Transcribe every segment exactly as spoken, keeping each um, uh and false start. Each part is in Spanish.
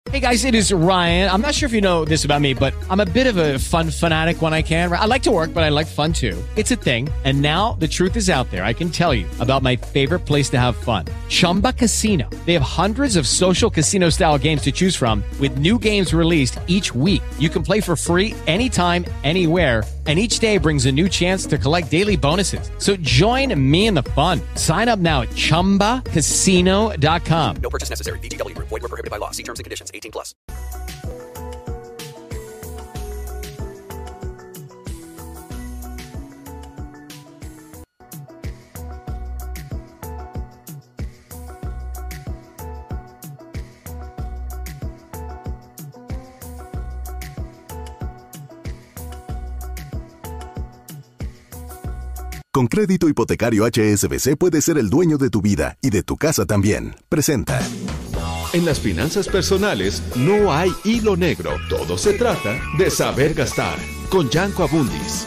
Hey guys, it is Ryan. I'm not sure if you know this about me, but I'm a bit of a fun fanatic when I can. I like to work, but I like fun too. It's a thing. And now the truth is out there. I can tell you about my favorite place to have fun. Chumba Casino. They have hundreds of social casino style games to choose from with new games released each week. You can play for free anytime, anywhere. And each day brings a new chance to collect daily bonuses. So join me in the fun. Sign up now at chumba casino dot com. No purchase necessary. V G W. Void where prohibited by law. See terms and conditions. eighteen plus. Con Crédito Hipotecario H S B C puedes ser el dueño de tu vida y de tu casa también. Presenta. En las finanzas personales no hay hilo negro. Todo se trata de saber gastar. Con Yanko Abundis.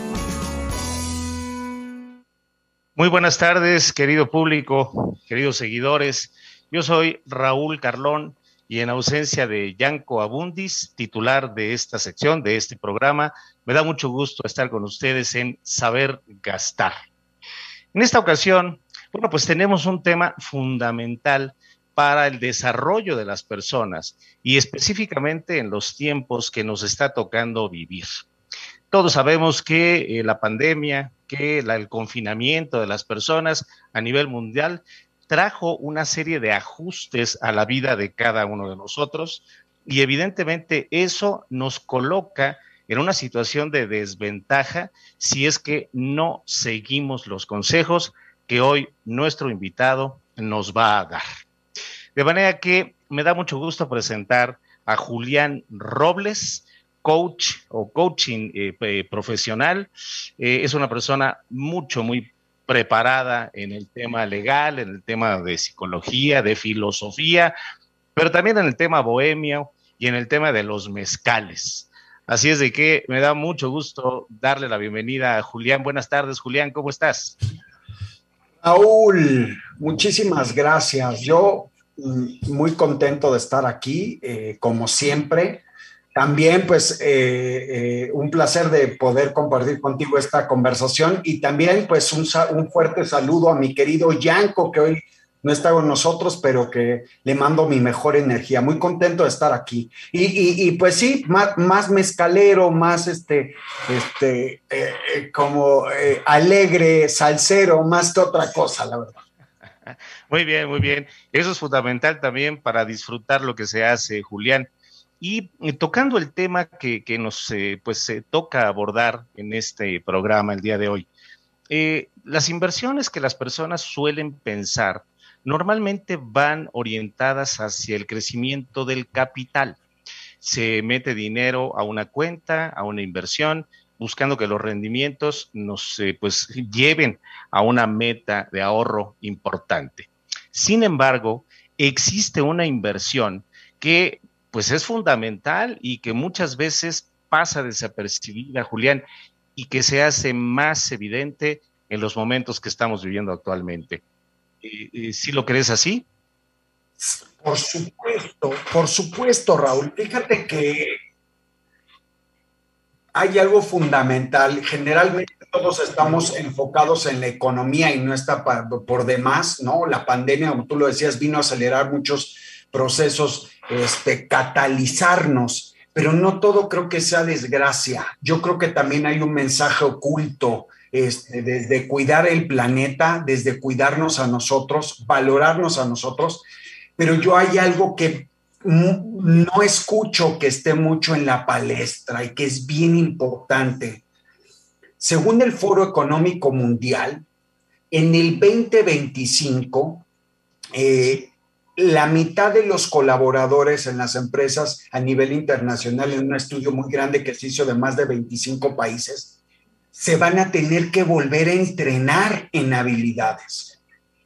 Muy buenas tardes, querido público, queridos seguidores. Yo soy Raúl Carlón y en ausencia de Yanko Abundis, titular de esta sección, de este programa, me da mucho gusto estar con ustedes en Saber Gastar. En esta ocasión, bueno, pues tenemos un tema fundamental para el desarrollo de las personas y específicamente en los tiempos que nos está tocando vivir. Todos sabemos que eh, la pandemia, que la, el confinamiento de las personas a nivel mundial trajo una serie de ajustes a la vida de cada uno de nosotros y evidentemente eso nos coloca en una situación de desventaja si es que no seguimos los consejos que hoy nuestro invitado nos va a dar. De manera que me da mucho gusto presentar a Julián Robles, coach o coaching eh, eh, profesional. Eh, es una persona mucho, muy preparada en el tema legal, en el tema de psicología, de filosofía, pero también en el tema bohemio y en el tema de los mezcales. Así es de que me da mucho gusto darle la bienvenida a Julián. Buenas tardes, Julián, ¿cómo estás? Raúl, muchísimas gracias. Yo muy contento de estar aquí, eh, como siempre. También, pues, eh, eh, un placer de poder compartir contigo esta conversación y también, pues, un, un fuerte saludo a mi querido Yanko, que hoy no está con nosotros, pero que le mando mi mejor energía. Muy contento de estar aquí. Y, y, y pues sí, más, más mezcalero, más este, este, eh, eh, como eh, alegre, salsero, más que otra cosa, la verdad. Muy bien, muy bien. Eso es fundamental también para disfrutar lo que se hace, Julián. Y eh, tocando el tema que, que nos eh, pues, eh, toca abordar en este programa el día de hoy, eh, las inversiones que las personas suelen pensar normalmente van orientadas hacia el crecimiento del capital. Se mete dinero a una cuenta, a una inversión, buscando que los rendimientos nos eh, pues, lleven a una meta de ahorro importante. Sin embargo, existe una inversión que pues, es fundamental y que muchas veces pasa desapercibida, Julián, y que se hace más evidente en los momentos que estamos viviendo actualmente. ¿Sí lo crees así? Por supuesto, por supuesto, Raúl. Fíjate que hay algo fundamental. Generalmente todos estamos enfocados en la economía y no está por demás, ¿no? La pandemia, como tú lo decías, vino a acelerar muchos procesos, este, catalizarnos, pero no todo creo que sea desgracia. Yo creo que también hay un mensaje oculto. Este, desde cuidar el planeta, desde cuidarnos a nosotros, valorarnos a nosotros, pero yo hay algo que no escucho que esté mucho en la palestra y que es bien importante. Según el Foro Económico Mundial, en el veinte veinticinco, eh, la mitad de los colaboradores en las empresas a nivel internacional, en un estudio muy grande que se hizo de más de veinticinco países, se van a tener que volver a entrenar en habilidades.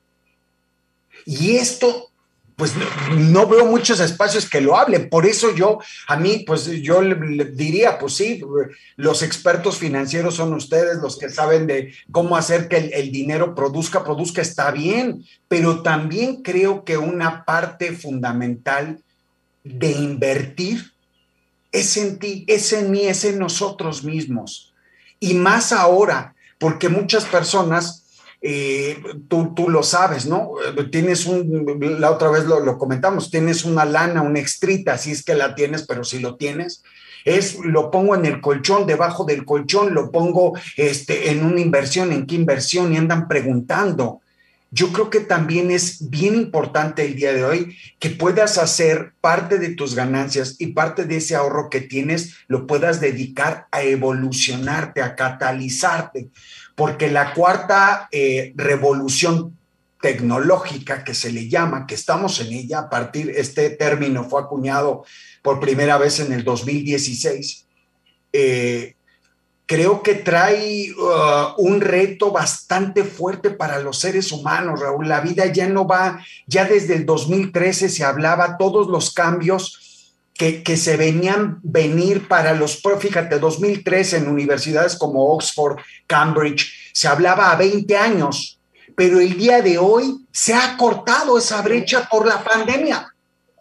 Y esto, pues no, no veo muchos espacios que lo hablen. Por eso yo, a mí, pues yo le, le diría, pues sí, los expertos financieros son ustedes, los que saben de cómo hacer que el, el dinero produzca, produzca, está bien. Pero también creo que una parte fundamental de invertir es en ti, es en mí, es en nosotros mismos. Y más ahora, porque muchas personas, eh, tú, tú lo sabes, ¿no? Tienes un, la otra vez lo, lo comentamos, tienes una lana, una extrita, si es que la tienes, pero si lo tienes, es lo pongo en el colchón, debajo del colchón, lo pongo este, en una inversión, ¿en qué inversión? Y andan preguntando. Yo creo que también es bien importante el día de hoy que puedas hacer parte de tus ganancias y parte de ese ahorro que tienes, lo puedas dedicar a evolucionarte, a catalizarte, porque la cuarta eh, revolución tecnológica que se le llama, que estamos en ella, a partir, este término fue acuñado por primera vez en el dos mil dieciséis, eh, creo que trae uh, un reto bastante fuerte para los seres humanos, Raúl. La vida ya no va, ya desde el dos mil trece se hablaba todos los cambios que, que se venían venir para los, fíjate, dos mil trece en universidades como Oxford, Cambridge, se hablaba a veinte años, pero el día de hoy se ha cortado esa brecha por la pandemia.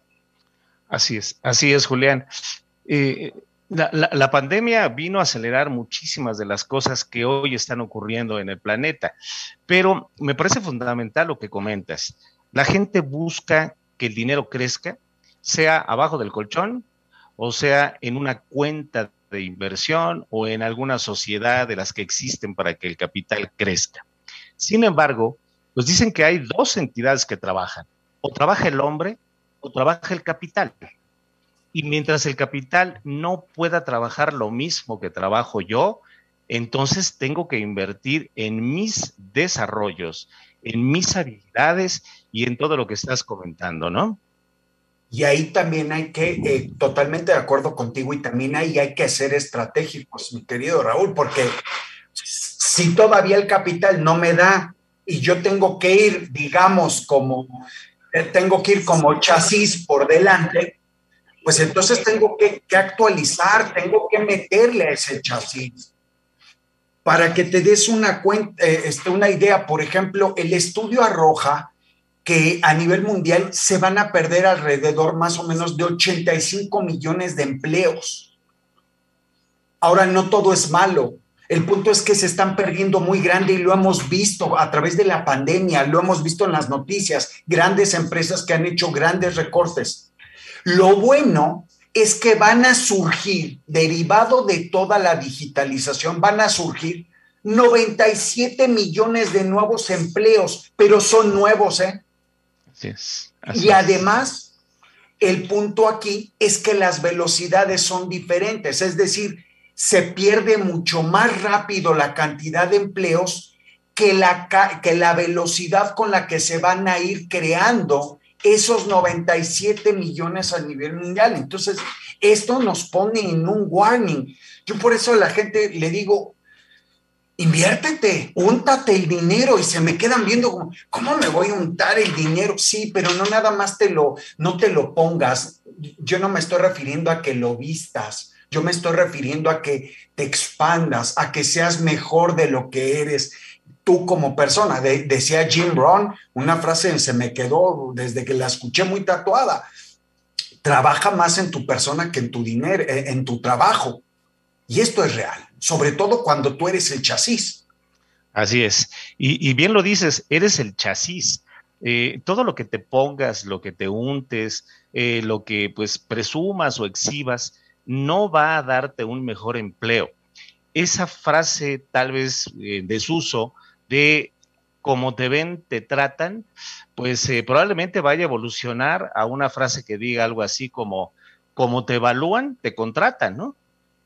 Así es, así es, Julián. Eh, La, la, la pandemia vino a acelerar muchísimas de las cosas que hoy están ocurriendo en el planeta, pero me parece fundamental lo que comentas. La gente busca que el dinero crezca, sea abajo del colchón, o sea en una cuenta de inversión o en alguna sociedad de las que existen para que el capital crezca. Sin embargo, pues dicen que hay dos entidades que trabajan, o trabaja el hombre o trabaja el capital. Y mientras el capital no pueda trabajar lo mismo que trabajo yo, entonces tengo que invertir en mis desarrollos, en mis habilidades y en todo lo que estás comentando, ¿no? Y ahí también hay que, eh, totalmente de acuerdo contigo, y también ahí hay que ser estratégicos, mi querido Raúl, porque si todavía el capital no me da y yo tengo que ir, digamos, como, eh, tengo que ir como chasis por delante, pues entonces tengo que, que actualizar, tengo que meterle a ese chasis. Para que te des una, cuenta, eh, este, una idea, por ejemplo, el estudio arroja que a nivel mundial se van a perder alrededor más o menos de ochenta y cinco millones de empleos. Ahora, no todo es malo. El punto es que se están perdiendo muy grande y lo hemos visto a través de la pandemia, lo hemos visto en las noticias, grandes empresas que han hecho grandes recortes. Lo bueno es que van a surgir, derivado de toda la digitalización, van a surgir noventa y siete millones de nuevos empleos, pero son nuevos, ¿eh? Así es, así y es. además, el punto aquí es que las velocidades son diferentes, es decir, se pierde mucho más rápido la cantidad de empleos que la, que la velocidad con la que se van a ir creando esos noventa y siete millones a nivel mundial. Entonces, esto nos pone en un warning. Yo por eso a la gente le digo, inviértete, úntate el dinero, y se me quedan viendo como, ¿cómo me voy a untar el dinero? Sí, pero no nada más te lo, no te lo pongas. Yo no me estoy refiriendo a que lo vistas, yo me estoy refiriendo a que te expandas, a que seas mejor de lo que eres tú como persona. De, decía Jim Rohn, una frase que se me quedó desde que la escuché muy tatuada: trabaja más en tu persona que en tu dinero, en tu trabajo. Y esto es real, sobre todo cuando tú eres el chasis. Así es. Y, y bien lo dices, eres el chasis. Eh, todo lo que te pongas, lo que te untes, eh, lo que pues presumas o exhibas, no va a darte un mejor empleo. Esa frase tal vez en eh, desuso de como te ven, te tratan, pues eh, probablemente vaya a evolucionar a una frase que diga algo así como, como te evalúan, te contratan, ¿no?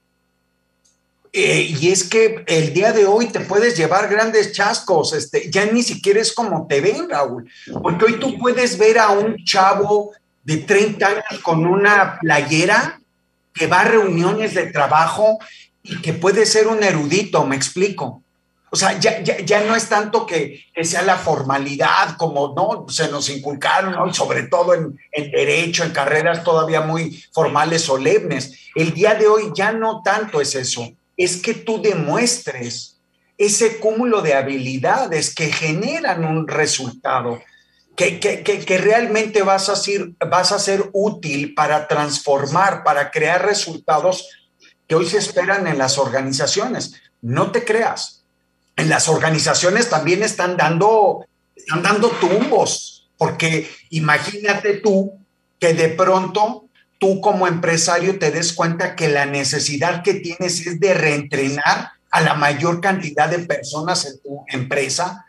Eh, y es que el día de hoy te puedes llevar grandes chascos, este, ya ni siquiera es como te ven, Raúl, porque hoy tú puedes ver a un chavo de treinta años con una playera que va a reuniones de trabajo y que puede ser un erudito, me explico. O sea, ya, ya, ya no es tanto que, que sea la formalidad como no se nos inculcaron, ¿no? Y sobre todo en, en derecho, en carreras todavía muy formales, solemnes. El día de hoy ya no tanto es eso, es que tú demuestres ese cúmulo de habilidades que generan un resultado, que, que, que, que realmente vas a, ser, vas a ser útil para transformar, para crear resultados que hoy se esperan en las organizaciones. No te creas. En las organizaciones también están dando, están dando tumbos, porque imagínate tú que de pronto tú como empresario te des cuenta que la necesidad que tienes es de reentrenar a la mayor cantidad de personas en tu empresa.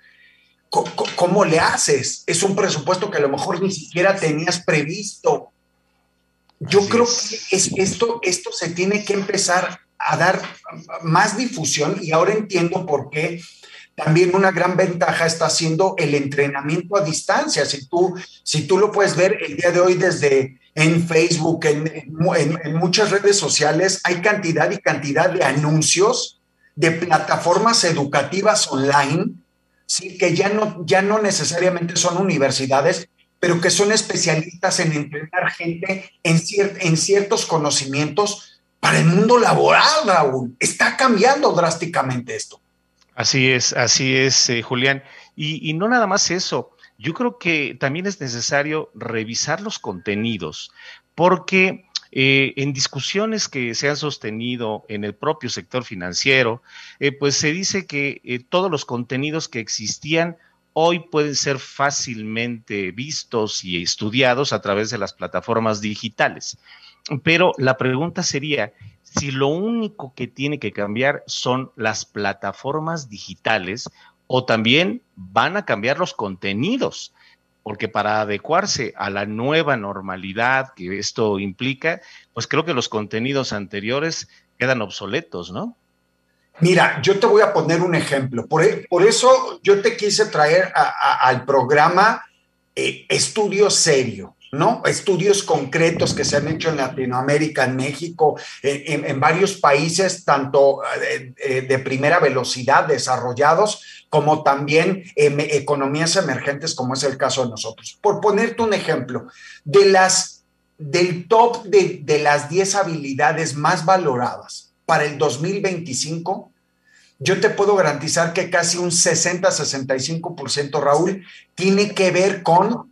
¿Cómo le haces? Es un presupuesto que a lo mejor ni siquiera tenías previsto. Yo Así creo es. que es, esto, esto se tiene que empezar a dar más difusión, y ahora entiendo por qué también una gran ventaja está siendo el entrenamiento a distancia. Si tú, si tú lo puedes ver el día de hoy desde en Facebook, en, en, en muchas redes sociales, hay cantidad y cantidad de anuncios de plataformas educativas online, sí, que ya no, ya no necesariamente son universidades, pero que son especialistas en entrenar gente en, cier- en ciertos conocimientos para el mundo laboral, Raúl. Está cambiando drásticamente esto. Así es, así es, eh, Julián. Y, y no nada más eso, yo creo que también es necesario revisar los contenidos, porque eh, en discusiones que se han sostenido en el propio sector financiero, eh, pues se dice que eh, todos los contenidos que existían hoy pueden ser fácilmente vistos y estudiados a través de las plataformas digitales. Pero la pregunta sería, si lo único que tiene que cambiar son las plataformas digitales, o también van a cambiar los contenidos, porque para adecuarse a la nueva normalidad que esto implica, pues creo que los contenidos anteriores quedan obsoletos, ¿no? Mira, yo te voy a poner un ejemplo. Por, por eso yo te quise traer a, a, al programa eh, Estudio Serio, ¿no? Estudios concretos que se han hecho en Latinoamérica, en México, en, en, en varios países, tanto de, de primera velocidad desarrollados, como también eh, economías emergentes, como es el caso de nosotros. Por ponerte un ejemplo, de las, del top de, de las diez habilidades más valoradas para el dos mil veinticinco, yo te puedo garantizar que casi un sesenta a sesenta y cinco por ciento, Raúl, tiene que ver con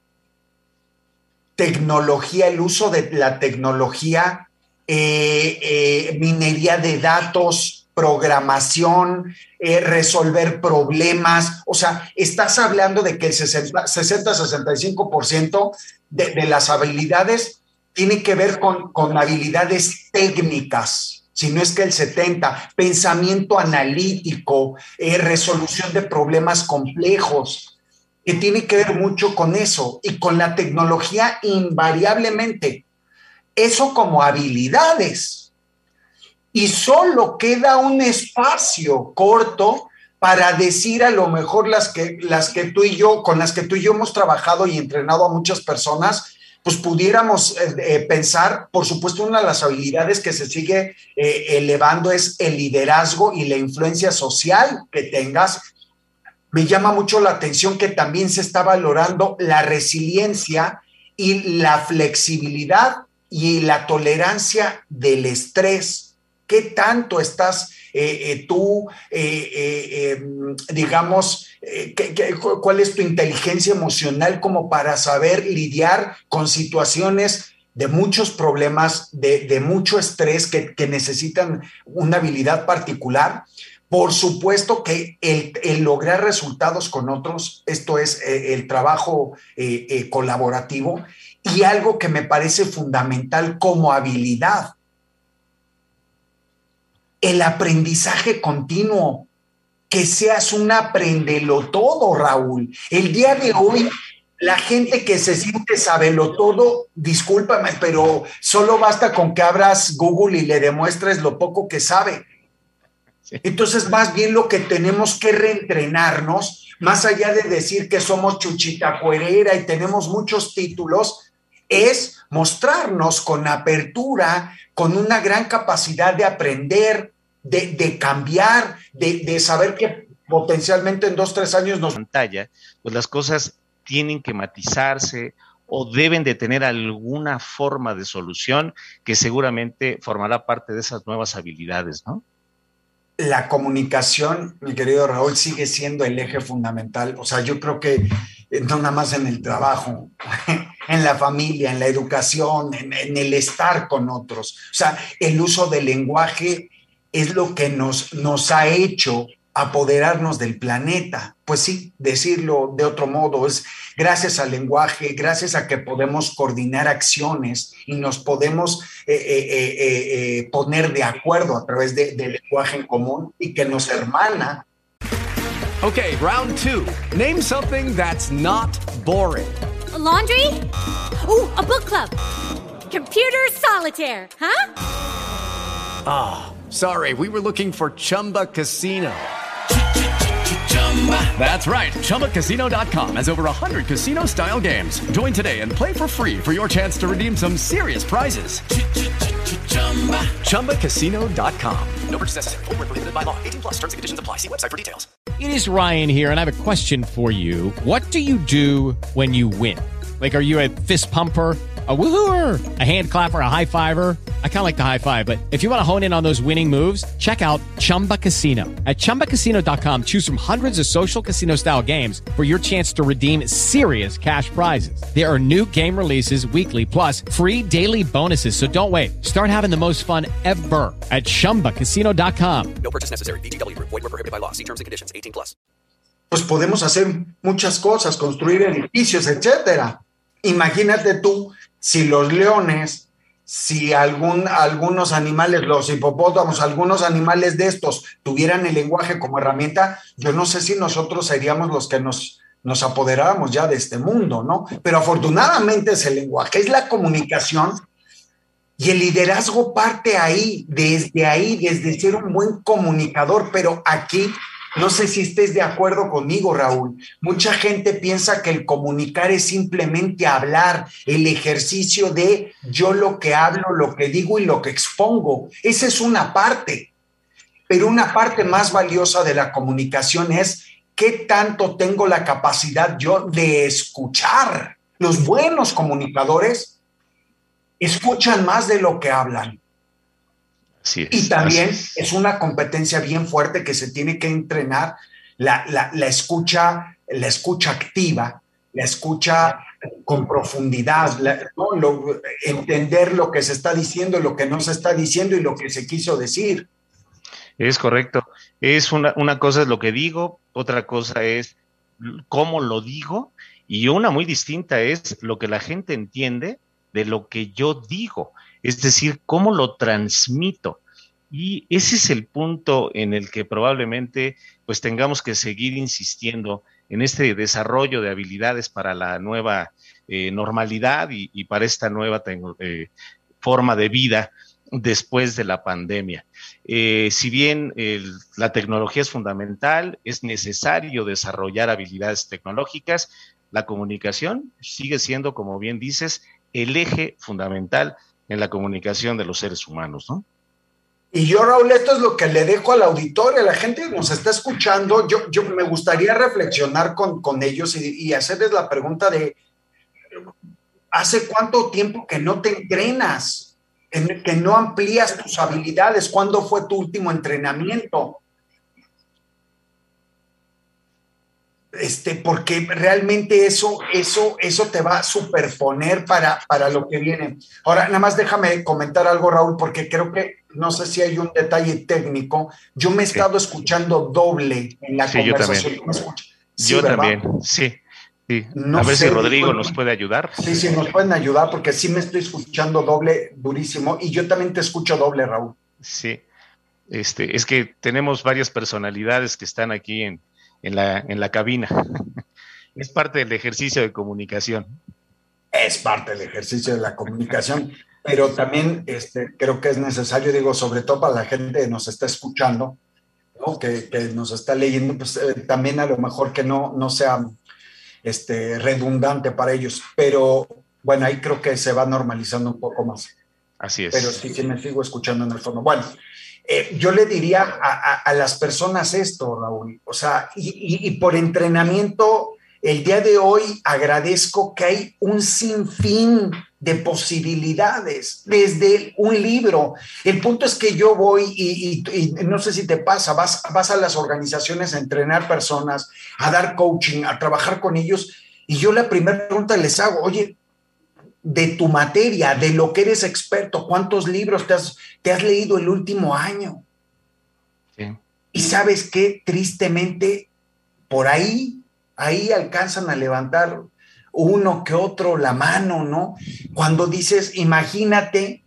tecnología, el uso de la tecnología, eh, eh, minería de datos, programación, eh, resolver problemas. O sea, estás hablando de que el sesenta a sesenta y cinco por ciento de, de las habilidades tiene que ver con, con habilidades técnicas, si no es que el setenta, pensamiento analítico, eh, resolución de problemas complejos, que tiene que ver mucho con eso y con la tecnología invariablemente. Eso como habilidades. Y solo queda un espacio corto para decir a lo mejor las que, las que tú y yo, con las que tú y yo hemos trabajado y entrenado a muchas personas, pues pudiéramos eh, eh, pensar, por supuesto, una de las habilidades que se sigue eh, elevando es el liderazgo y la influencia social que tengas. Me llama mucho la atención que también se está valorando la resiliencia y la flexibilidad y la tolerancia del estrés. ¿Qué tanto estás eh, eh, tú, eh, eh, eh, digamos, eh, ¿qué, qué, cuál es tu inteligencia emocional como para saber lidiar con situaciones de muchos problemas, de, de mucho estrés que, que necesitan una habilidad particular? Por supuesto que el, el lograr resultados con otros, esto es eh, el trabajo eh, eh, colaborativo, y algo que me parece fundamental como habilidad, el aprendizaje continuo, que seas un aprendelo todo, Raúl. El día de hoy, la gente que se siente sabelo todo, discúlpame, pero solo basta con que abras Google y le demuestres lo poco que sabe. Entonces, más bien lo que tenemos que reentrenarnos, más allá de decir que somos chuchita cuerera y tenemos muchos títulos, es mostrarnos con apertura, con una gran capacidad de aprender, de, de cambiar, de, de saber que potencialmente en dos, tres años nos... pantalla, pues las cosas tienen que matizarse o deben de tener alguna forma de solución que seguramente formará parte de esas nuevas habilidades, ¿no? La comunicación, mi querido Raúl, sigue siendo el eje fundamental. O sea, yo creo que no nada más en el trabajo, en la familia, en la educación, en, en el estar con otros. O sea, el uso del lenguaje es lo que nos, nos ha hecho apoderarnos del planeta. Pues sí, decirlo de otro modo, es gracias al lenguaje, gracias a que podemos coordinar acciones y nos podemos eh, eh, eh, eh, poner de acuerdo a través de, del lenguaje en común y que nos hermana. Okay, round two. Name something that's not boring. A laundry? Ooh, a book club. Computer solitaire, huh? Ah, oh, sorry, we were looking for Chumba Casino. That's right, Chumba Casino dot com has over one hundred casino-style games. Join today and play for free for your chance to redeem some serious prizes. Chumba Casino dot com. No purchase necessary. Void where prohibited by law. eighteen plus terms and conditions apply. See website for details. It is Ryan here, and I have a question for you. What do you do when you win? Like, are you a fist pumper, a woohooer, a hand clapper, a high fiver? I kind of like the high five, but if you want to hone in on those winning moves, check out Chumba Casino. At Chumba Casino dot com, choose from hundreds of social casino-style games for your chance to redeem serious cash prizes. There are new game releases weekly, plus free daily bonuses, so don't wait. Start having the most fun ever at Chumba Casino dot com. No purchase necessary. V G W Group. Void where prohibited by law. See terms and conditions. eighteen plus. Pues podemos hacer muchas cosas, construir edificios, etcétera. Imagínate tú si los leones, si algún, algunos animales, los hipopótamos, algunos animales de estos tuvieran el lenguaje como herramienta, yo no sé si nosotros seríamos los que nos, nos apoderáramos ya de este mundo, ¿no? Pero afortunadamente es el lenguaje, es la comunicación y el liderazgo parte ahí, desde ahí, desde ser un buen comunicador, pero aquí... No sé si estés de acuerdo conmigo, Raúl. Mucha gente piensa que el comunicar es simplemente hablar, el ejercicio de yo lo que hablo, lo que digo y lo que expongo. Esa es una parte. Pero una parte más valiosa de la comunicación es qué tanto tengo la capacidad yo de escuchar. Los buenos comunicadores escuchan más de lo que hablan. Así es, y también es. es una competencia bien fuerte que se tiene que entrenar, la, la, la escucha, la escucha activa, la escucha con profundidad, la, ¿no? lo, entender lo que se está diciendo, lo que no se está diciendo y lo que se quiso decir. Es correcto. Es una, una cosa es lo que digo, otra cosa es cómo lo digo, y una muy distinta es lo que la gente entiende de lo que yo digo. Es decir, cómo lo transmito. Y ese es el punto en el que probablemente pues tengamos que seguir insistiendo en este desarrollo de habilidades para la nueva eh, normalidad y, y para esta nueva eh, forma de vida después de la pandemia. Eh, si bien el, la tecnología es fundamental, es necesario desarrollar habilidades tecnológicas, la comunicación sigue siendo, como bien dices, el eje fundamental en la comunicación de los seres humanos, ¿no? Y yo, Raúl, esto es lo que le dejo al auditorio, a la gente que nos está escuchando. Yo, yo me gustaría reflexionar con, con ellos y, y hacerles la pregunta de ¿hace cuánto tiempo que no te entrenas? En, que no amplías tus habilidades. ¿Cuándo fue tu último entrenamiento? Este, porque realmente eso, eso, eso te va a superponer para, para lo que viene. Ahora, nada más déjame comentar algo, Raúl, porque creo que, no sé si hay un detalle técnico. Yo me he estado sí. escuchando doble en la sí, conversación. Yo también, sí, yo también. sí. sí. No a ver sé, si Rodrigo nos puede ayudar. Sí, sí, nos pueden ayudar, porque sí me estoy escuchando doble durísimo, y yo también te escucho doble, Raúl. Sí, este, es que tenemos varias personalidades que están aquí en En la, en la cabina. Es parte del ejercicio de comunicación. Es parte del ejercicio de la comunicación, pero también este, creo que es necesario, digo, sobre todo para la gente que nos está escuchando, ¿no? que, que nos está leyendo, pues eh, también a lo mejor que no, no sea este, redundante para ellos, pero bueno, ahí creo que se va normalizando un poco más. Así es. Pero sí, sí me sigo escuchando en el fondo. Bueno, Eh, yo le diría a, a, a las personas esto, Raúl, o sea, y, y, y por entrenamiento, el día de hoy agradezco que hay un sinfín de posibilidades, desde un libro. El punto es que yo voy y, y, y no sé si te pasa, vas, vas a las organizaciones a entrenar personas, a dar coaching, a trabajar con ellos, Y yo la primera pregunta les hago, oye, de tu materia, de lo que eres experto, ¿cuántos libros te has, te has leído el último año? Sí. Y sabes qué, tristemente, por ahí, ahí alcanzan a levantar uno que otro la mano, ¿no? Cuando dices, imagínate,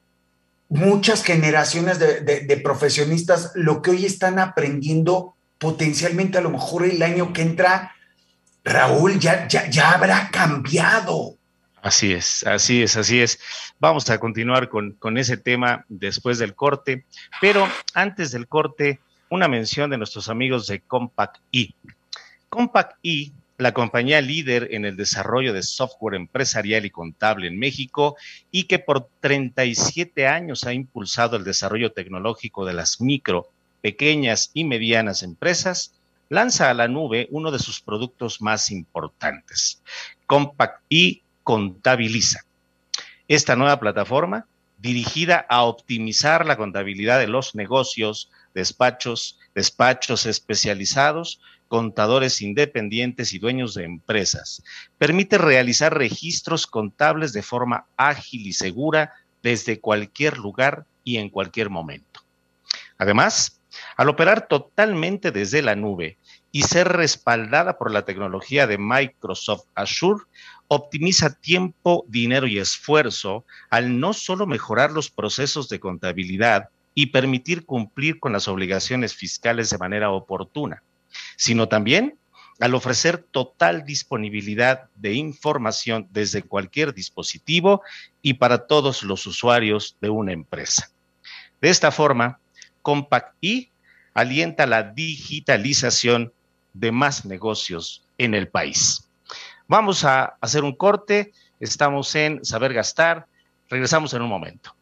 muchas generaciones de, de, de profesionistas, lo que hoy están aprendiendo, potencialmente a lo mejor el año que entra, Raúl, ya, ya, ya habrá cambiado. Así es, así es, así es. Vamos a continuar con, con ese tema después del corte, pero antes del corte, una mención de nuestros amigos de Compaq I. Compaq I, la compañía líder en el desarrollo de software empresarial y contable en México y que por treinta y siete años ha impulsado el desarrollo tecnológico de las micro, pequeñas y medianas empresas, lanza a la nube uno de sus productos más importantes, Compaq I Contabiliza. Esta nueva plataforma, dirigida a optimizar la contabilidad de los negocios, despachos, despachos especializados, contadores independientes y dueños de empresas, permite realizar registros contables de forma ágil y segura desde cualquier lugar y en cualquier momento. Además, al operar totalmente desde la nube y ser respaldada por la tecnología de Microsoft Azure, optimiza tiempo, dinero y esfuerzo al no solo mejorar los procesos de contabilidad y permitir cumplir con las obligaciones fiscales de manera oportuna, sino también al ofrecer total disponibilidad de información desde cualquier dispositivo y para todos los usuarios de una empresa. De esta forma, Compaq I alienta la digitalización de más negocios en el país. Vamos a hacer un corte, estamos en Saber Gastar, regresamos en un momento.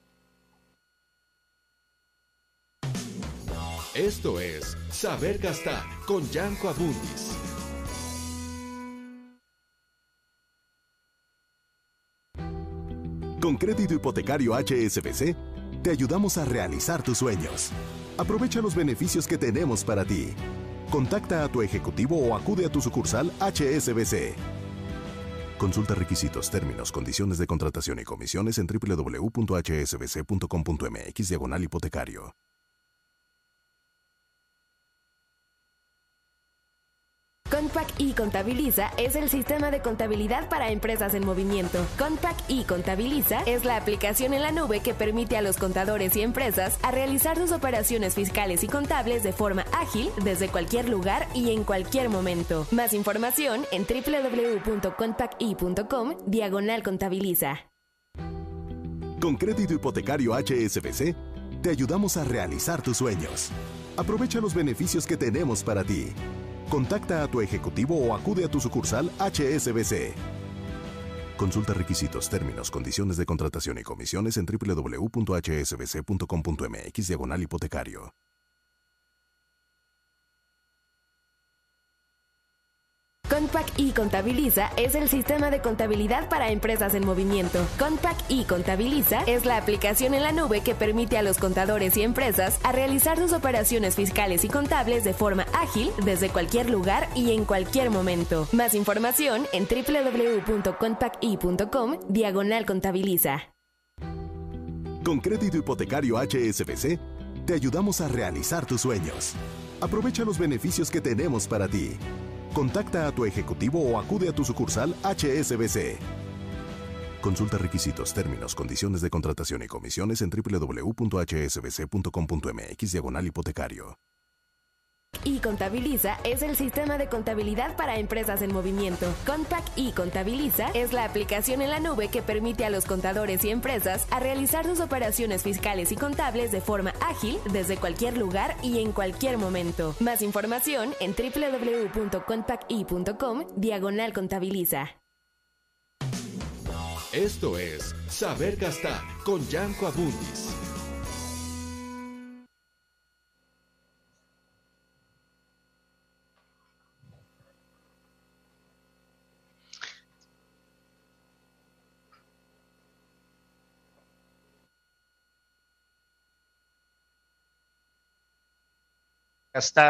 Esto es Saber Gastar con Yanko Abundis. Con Crédito Hipotecario H S B C, te ayudamos a realizar tus sueños. Aprovecha los beneficios que tenemos para ti. Contacta a tu ejecutivo o acude a tu sucursal H S B C. Consulta requisitos, términos, condiciones de contratación y comisiones en doble u doble u doble u punto h s b c punto com punto m x diagonal hipotecario. Compaq I Contabiliza es el sistema de contabilidad para empresas en movimiento. Compaq I Contabiliza es la aplicación en la nube que permite a los contadores y empresas a realizar sus operaciones fiscales y contables de forma ágil desde cualquier lugar y en cualquier momento. Más información en doble u doble u doble u punto compaq i punto com diagonal contabiliza. Con Crédito Hipotecario H S B C, te ayudamos a realizar tus sueños. Aprovecha los beneficios que tenemos para ti. Contacta a tu ejecutivo o acude a tu sucursal H S B C. Consulta requisitos, términos, condiciones de contratación y comisiones en doble u doble u doble u punto h s b c punto com punto m x diagonal hipotecario. Compaq I Contabiliza es el sistema de contabilidad para empresas en movimiento. Compaq I Contabiliza es la aplicación en la nube que permite a los contadores y empresas a realizar sus operaciones fiscales y contables de forma ágil desde cualquier lugar y en cualquier momento. Más información en doble u doble u doble u punto compaq i punto com diagonal contabiliza. Con Crédito Hipotecario H S B C, te ayudamos a realizar tus sueños. Aprovecha los beneficios que tenemos para ti. Contacta a tu ejecutivo o acude a tu sucursal H S B C. Consulta requisitos, términos, condiciones de contratación y comisiones en doble u doble u doble u punto h s b c punto com punto m x diagonal hipotecario. I Contabiliza es el sistema de contabilidad para empresas en movimiento. Compaq I Contabiliza es la aplicación en la nube que permite a los contadores y empresas a realizar sus operaciones fiscales y contables de forma ágil desde cualquier lugar y en cualquier momento. Más información en doble u doble u doble u punto compaq i punto com diagonal contabiliza. Esto es Saber Gastar con Yanko Abundis. Gastar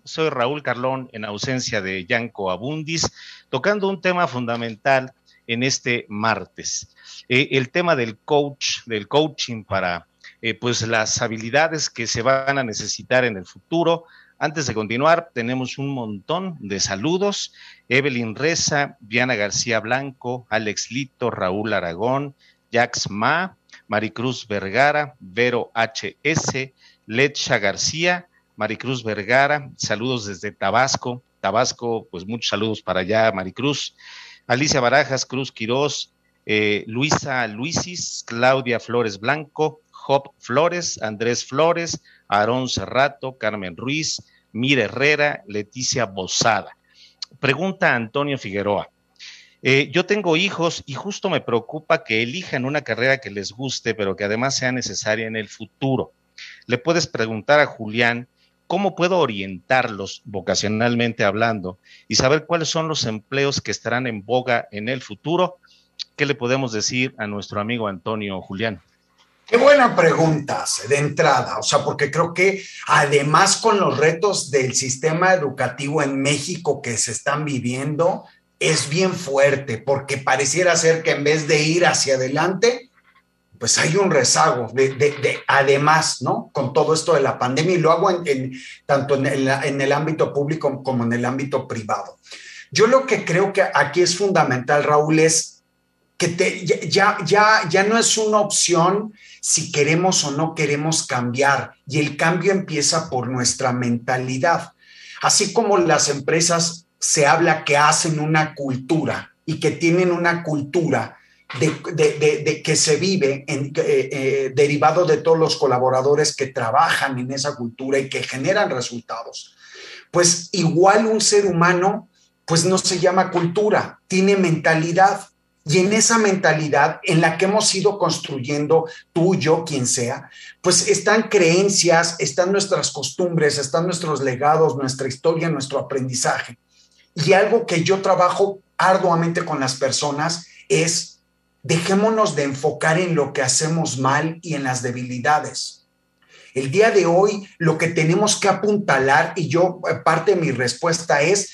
soy Raúl Carlón en ausencia de Yanko Abundis, tocando un tema fundamental en este martes. Eh, el tema del coach, del coaching para eh, pues las habilidades que se van a necesitar en el futuro. Antes de continuar, tenemos un montón de saludos. Evelyn Reza, Diana García Blanco, Alex Lito, Raúl Aragón, Jax Ma, Maricruz Vergara, Vero H S, Lecha García, Maricruz Vergara, saludos desde Tabasco. Tabasco, pues muchos saludos para allá, Maricruz. Alicia Barajas, Cruz Quirós, eh, Luisa Luisis, Claudia Flores Blanco, Job Flores, Andrés Flores, Aarón Cerrato, Carmen Ruiz, Mira Herrera, Leticia Bozada. Pregunta Antonio Figueroa. Eh, yo tengo hijos y justo me preocupa que elijan una carrera que les guste, pero que además sea necesaria en el futuro. Le puedes preguntar a Julián cómo puedo orientarlos vocacionalmente hablando y saber cuáles son los empleos que estarán en boga en el futuro. ¿Qué le podemos decir a nuestro amigo Antonio, Julián? Qué buena pregunta de entrada, o sea, porque creo que además con los retos del sistema educativo en México que se están viviendo, es bien fuerte, porque pareciera ser que en vez de ir hacia adelante, pues hay un rezago, de, de, de, además, ¿no? Con todo esto de la pandemia, y lo hago en, en, tanto en el, en el ámbito público como en el ámbito privado. Yo lo que creo que aquí es fundamental, Raúl, es que te, ya, ya, ya no es una opción si queremos o no queremos cambiar, y el cambio empieza por nuestra mentalidad. Así como las empresas se habla que hacen una cultura y que tienen una cultura de, de, de, de que se vive en, eh, eh, derivado de todos los colaboradores que trabajan en esa cultura y que generan resultados, pues igual un ser humano pues no se llama cultura, tiene mentalidad. Y en esa mentalidad en la que hemos ido construyendo tú, yo, quien sea, pues están creencias, están nuestras costumbres, están nuestros legados, nuestra historia, nuestro aprendizaje. Y algo que yo trabajo arduamente con las personas es dejémonos de enfocar en lo que hacemos mal y en las debilidades. El día de hoy lo que tenemos que apuntalar, y yo parte de mi respuesta es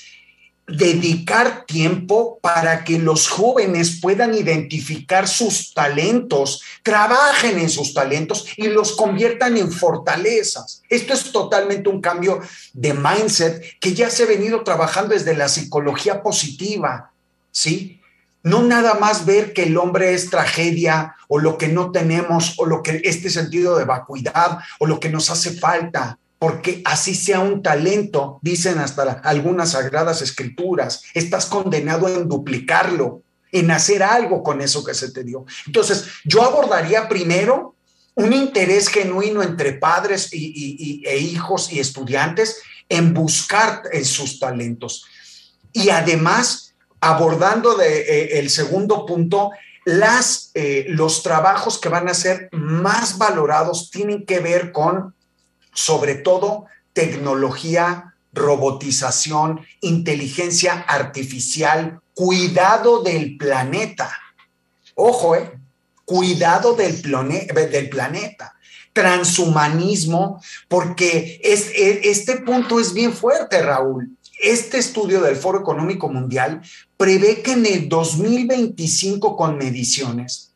dedicar tiempo para que los jóvenes puedan identificar sus talentos, trabajen en sus talentos y los conviertan en fortalezas. Esto es totalmente un cambio de mindset que ya se ha venido trabajando desde la psicología positiva, ¿sí? No nada más ver que el hombre es tragedia o lo que no tenemos o lo que este sentido de vacuidad o lo que nos hace falta. Porque así sea un talento, dicen hasta la, algunas sagradas escrituras, estás condenado en duplicarlo, en hacer algo con eso que se te dio. Entonces, yo abordaría primero un interés genuino entre padres y, y, y, e hijos y estudiantes en buscar eh, sus talentos. Y además, abordando de, eh, el segundo punto, las, eh, los trabajos que van a ser más valorados tienen que ver con, sobre todo, tecnología, robotización, inteligencia artificial, cuidado del planeta. Ojo, eh, cuidado del, plane- del planeta. Transhumanismo, porque es, es, este punto es bien fuerte, Raúl. Este estudio del Foro Económico Mundial prevé que en el dos mil veinticinco, con mediciones,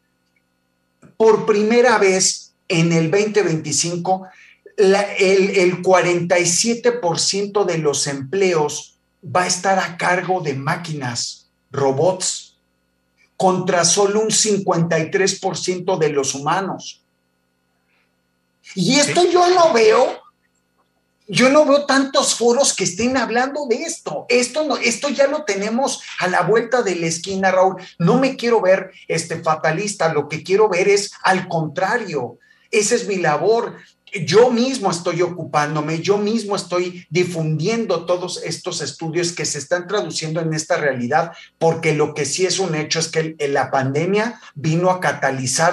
por primera vez en el veinte veinticinco, La, el, el cuarenta y siete por ciento de los empleos va a estar a cargo de máquinas, robots, contra solo un cincuenta y tres por ciento de los humanos. Y esto ¿Sí? yo no veo, yo no veo tantos foros que estén hablando de esto. Esto, no, esto ya lo tenemos a la vuelta de la esquina, Raúl. No me quiero ver este, fatalista, lo que quiero ver es al contrario. Esa es mi labor. Yo mismo estoy ocupándome, yo mismo estoy difundiendo todos estos estudios que se están traduciendo en esta realidad, porque lo que sí es un hecho es que la pandemia vino a catalizar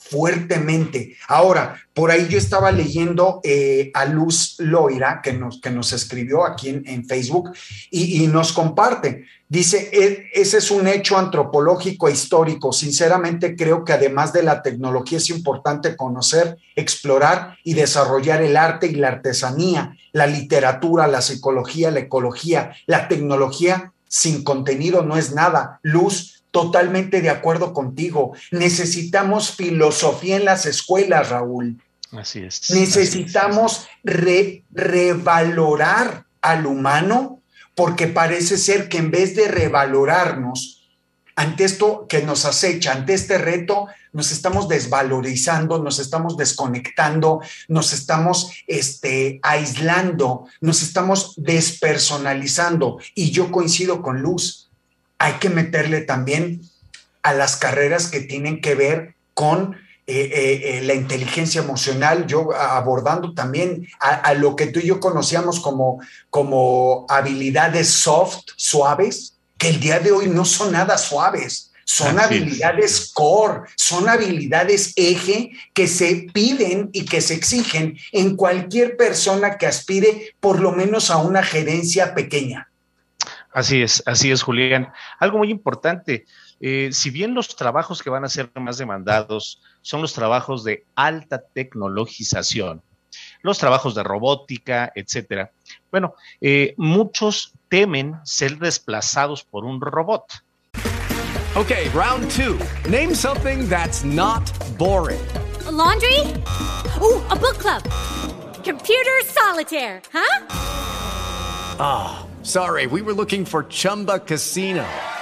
fuertemente. Ahora, por ahí yo estaba leyendo eh, a Luz Loira, que nos, que nos escribió aquí en, en Facebook, y, y nos comparte. Dice, e, ese es un hecho antropológico e histórico. Sinceramente creo que además de la tecnología es importante conocer, explorar y desarrollar el arte y la artesanía, la literatura, la psicología, la ecología. La tecnología sin contenido no es nada. Luz, totalmente de acuerdo contigo. Necesitamos filosofía en las escuelas, Raúl. Así es. Necesitamos así es. Re, revalorar al humano, porque parece ser que en vez de revalorarnos ante esto que nos acecha, ante este reto, nos estamos desvalorizando, nos estamos desconectando, nos estamos este, aislando, nos estamos despersonalizando. Y yo coincido con Luz. Hay que meterle también a las carreras que tienen que ver con eh, eh, la inteligencia emocional, yo abordando también a, a lo que tú y yo conocíamos como, como habilidades soft, suaves, que el día de hoy no son nada suaves, son Así habilidades es. core, son habilidades eje que se piden y que se exigen en cualquier persona que aspire por lo menos a una gerencia pequeña. Así es, así es, Julián. Algo muy importante, eh, si bien los trabajos que van a ser más demandados son los trabajos de alta tecnologización, los trabajos de robótica, etcétera, bueno, eh, muchos temen ser desplazados por un robot. Okay, round two. Name something that's not boring. A laundry? Ooh, a book club. Computer solitaire, huh? Ah, oh, sorry, we were looking for Chumba Casino.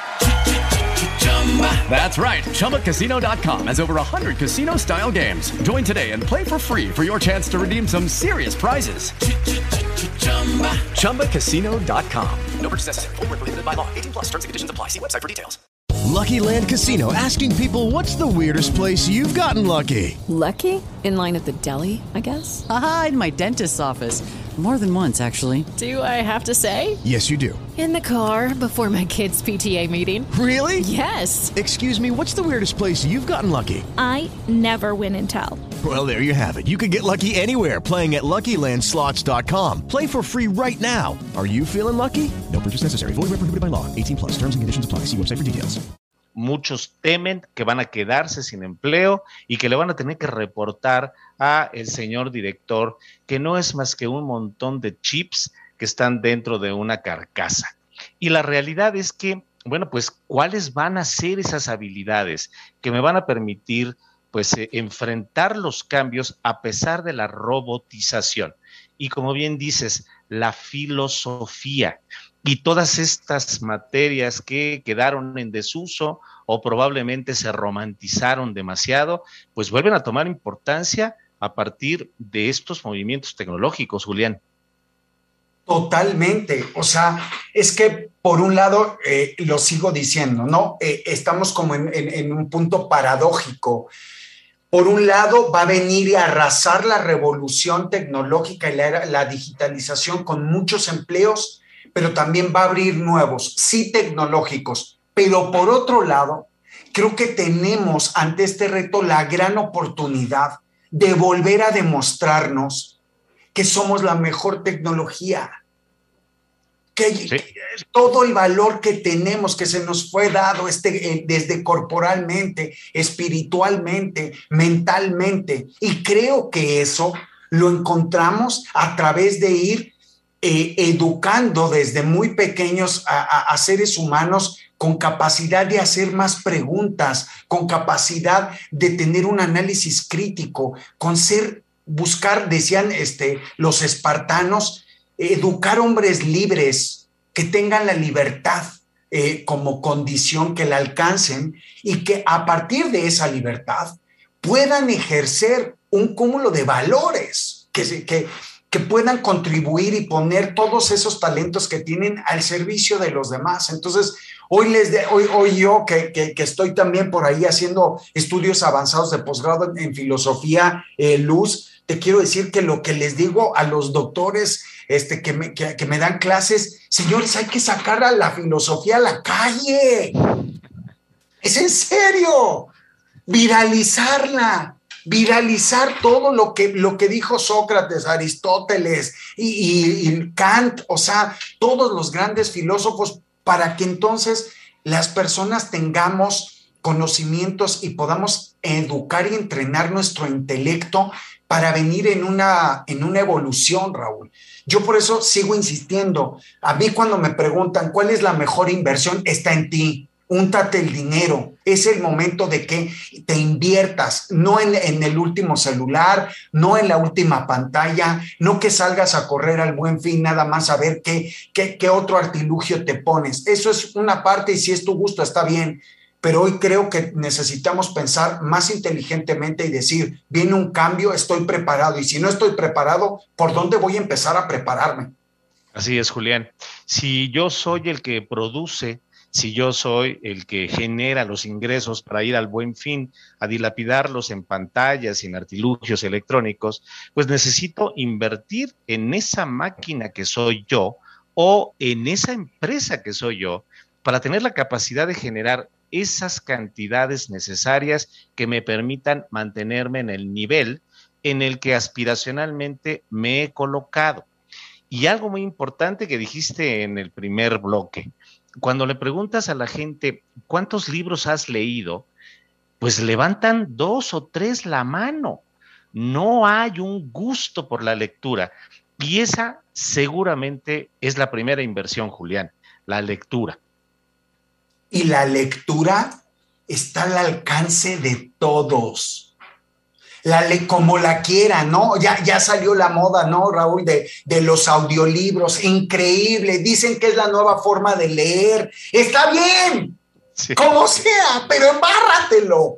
That's right, Chumba Casino dot com has over one hundred casino-style games. Join today and play for free for your chance to redeem some serious prizes. Chumba Casino dot com. No purchase necessary. Void where prohibited by law. eighteen plus terms and conditions apply. See website for details. Lucky Land Casino, asking people, what's the weirdest place you've gotten lucky? Lucky? In line at the deli, I guess? Aha, in my dentist's office. More than once, actually. Do I have to say? Yes, you do. In the car before my kids' P T A meeting. Really? Yes. Excuse me, what's the weirdest place you've gotten lucky? I never win and tell. Well, there you have it. You can get lucky anywhere, playing at Lucky Land Slots dot com. Play for free right now. Are you feeling lucky? No purchase necessary. Void where prohibited by law. eighteen plus. Terms and conditions apply. See website for details. Muchos temen que van a quedarse sin empleo y que le van a tener que reportar a el señor director que no es más que un montón de chips que están dentro de una carcasa. Y la realidad es que, bueno, pues, ¿cuáles van a ser esas habilidades que me van a permitir, pues, eh, enfrentar los cambios a pesar de la robotización? Y como bien dices, la filosofía. Y todas estas materias que quedaron en desuso o probablemente se romantizaron demasiado, pues vuelven a tomar importancia a partir de estos movimientos tecnológicos, Julián. Totalmente. O sea, es que por un lado, eh, lo sigo diciendo, ¿no? Eh, estamos como en, en, en un punto paradójico. Por un lado, va a venir y arrasar la revolución tecnológica y la, la digitalización con muchos empleos, pero también va a abrir nuevos, sí tecnológicos. Pero por otro lado, creo que tenemos ante este reto la gran oportunidad de volver a demostrarnos que somos la mejor tecnología, que, sí. que todo el valor que tenemos, que se nos fue dado este, eh, desde corporalmente, espiritualmente, mentalmente, y creo que eso lo encontramos a través de ir Eh, educando desde muy pequeños a, a, a seres humanos con capacidad de hacer más preguntas, con capacidad de tener un análisis crítico, con ser, buscar, decían este, los espartanos, educar hombres libres que tengan la libertad eh, como condición, que la alcancen y que a partir de esa libertad puedan ejercer un cúmulo de valores que, que que puedan contribuir y poner todos esos talentos que tienen al servicio de los demás. Entonces, hoy, les de, hoy, hoy yo que, que, que estoy también por ahí haciendo estudios avanzados de posgrado en, en filosofía, eh, Luz, te quiero decir que lo que les digo a los doctores este, que, me, que, que me dan clases, señores, hay que sacar a la filosofía a la calle. Es en serio. viralizarla, viralizar todo lo que, lo que dijo Sócrates, Aristóteles y, y, y Kant, o sea, todos los grandes filósofos, para que entonces las personas tengamos conocimientos y podamos educar y entrenar nuestro intelecto para venir en una, en una evolución, Raúl. Yo por eso sigo insistiendo. A mí cuando me preguntan cuál es la mejor inversión, está en ti. Úntate el dinero. Es el momento de que te inviertas, no en, en el último celular, no en la última pantalla, no que salgas a correr al Buen Fin nada más a ver qué, qué, qué otro artilugio te pones. Eso es una parte y si es tu gusto está bien. Pero hoy creo que necesitamos pensar más inteligentemente y decir, viene un cambio, estoy preparado. Y si no estoy preparado, ¿por dónde voy a empezar a prepararme? Así es, Julián. Si yo soy el que produce, si yo soy el que genera los ingresos para ir al Buen Fin, a dilapidarlos en pantallas y en artilugios electrónicos, pues necesito invertir en esa máquina que soy yo o en esa empresa que soy yo para tener la capacidad de generar esas cantidades necesarias que me permitan mantenerme en el nivel en el que aspiracionalmente me he colocado. Y algo muy importante que dijiste en el primer bloque, cuando le preguntas a la gente cuántos libros has leído, pues levantan dos o tres la mano. No hay un gusto por la lectura. Y esa seguramente es la primera inversión, Julián, la lectura. Y la lectura está al alcance de todos. La le, como la quiera, ¿no? Ya, ya salió la moda, ¿no, Raúl? De, de los audiolibros. Increíble. Dicen que es la nueva forma de leer. Está bien. Sí. Como sea, pero embárratelo.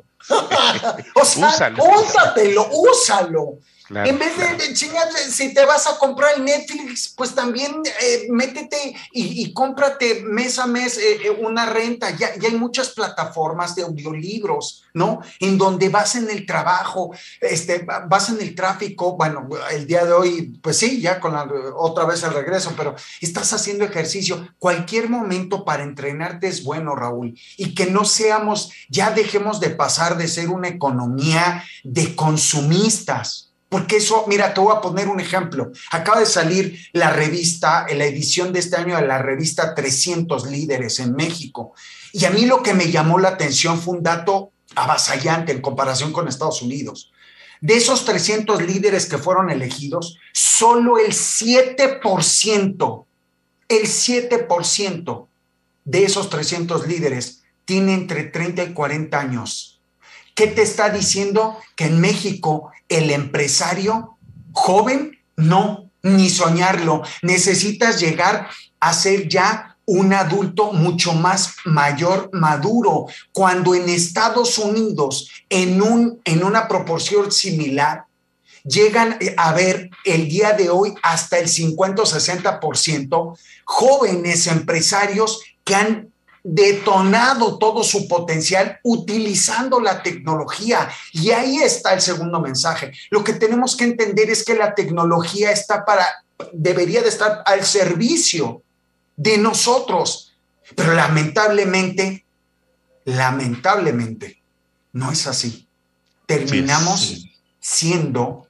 O sea, úsalo. úsatelo, úsalo. Claro, en vez claro. de, de chingar, si te vas a comprar el Netflix, pues también eh, métete y, y cómprate mes a mes eh, una renta. Ya, ya hay muchas plataformas de audiolibros, ¿no? En donde vas en el trabajo, este, vas en el tráfico. Bueno, el día de hoy, pues sí, ya con la, otra vez el regreso, pero estás haciendo ejercicio. Cualquier momento para entrenarte es bueno, Raúl. Y que no seamos, ya dejemos de pasar de ser una economía de consumistas. Porque eso, mira, te voy a poner un ejemplo. Acaba de salir la revista, la edición de este año de la revista trescientos líderes en México. Y a mí lo que me llamó la atención fue un dato avasallante en comparación con Estados Unidos. De esos trescientos líderes que fueron elegidos, solo el siete por ciento, el siete por ciento de esos trescientos líderes tiene entre treinta y cuarenta años. ¿Qué te está diciendo? Que en México el empresario joven, no, ni soñarlo. Necesitas llegar a ser ya un adulto mucho más mayor, maduro. Cuando en Estados Unidos, en, un, en una proporción similar, llegan a ver el día de hoy hasta el cincuenta o sesenta por ciento jóvenes empresarios que han detonado todo su potencial utilizando la tecnología. Y ahí está el segundo mensaje. Lo que tenemos que entender es que la tecnología está para, debería de estar al servicio de nosotros. Pero lamentablemente, lamentablemente, no es así. Terminamos sí, sí. siendo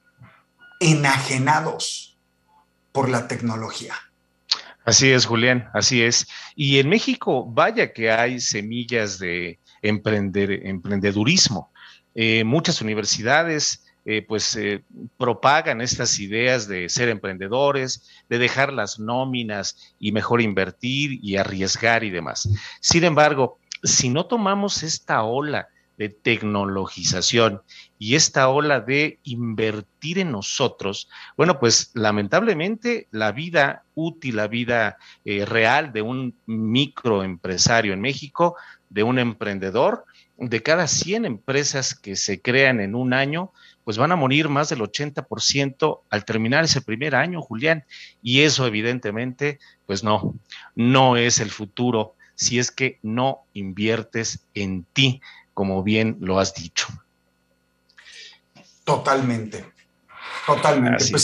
enajenados por la tecnología. Así es, Julián, así es. Y en México, vaya que hay semillas de emprender, emprendedurismo. Eh, muchas universidades eh, pues eh, propagan estas ideas de ser emprendedores, de dejar las nóminas y mejor invertir y arriesgar y demás. Sin embargo, si no tomamos esta ola de tecnologización y esta ola de invertir en nosotros, bueno, pues lamentablemente la vida útil, la vida eh, real de un microempresario en México, de un emprendedor, de cada cien empresas que se crean en un año, pues van a morir más del ochenta por ciento al terminar ese primer año, Julián, y eso evidentemente, pues no, no es el futuro si es que no inviertes en ti, como bien lo has dicho. Totalmente, totalmente. Así. Pues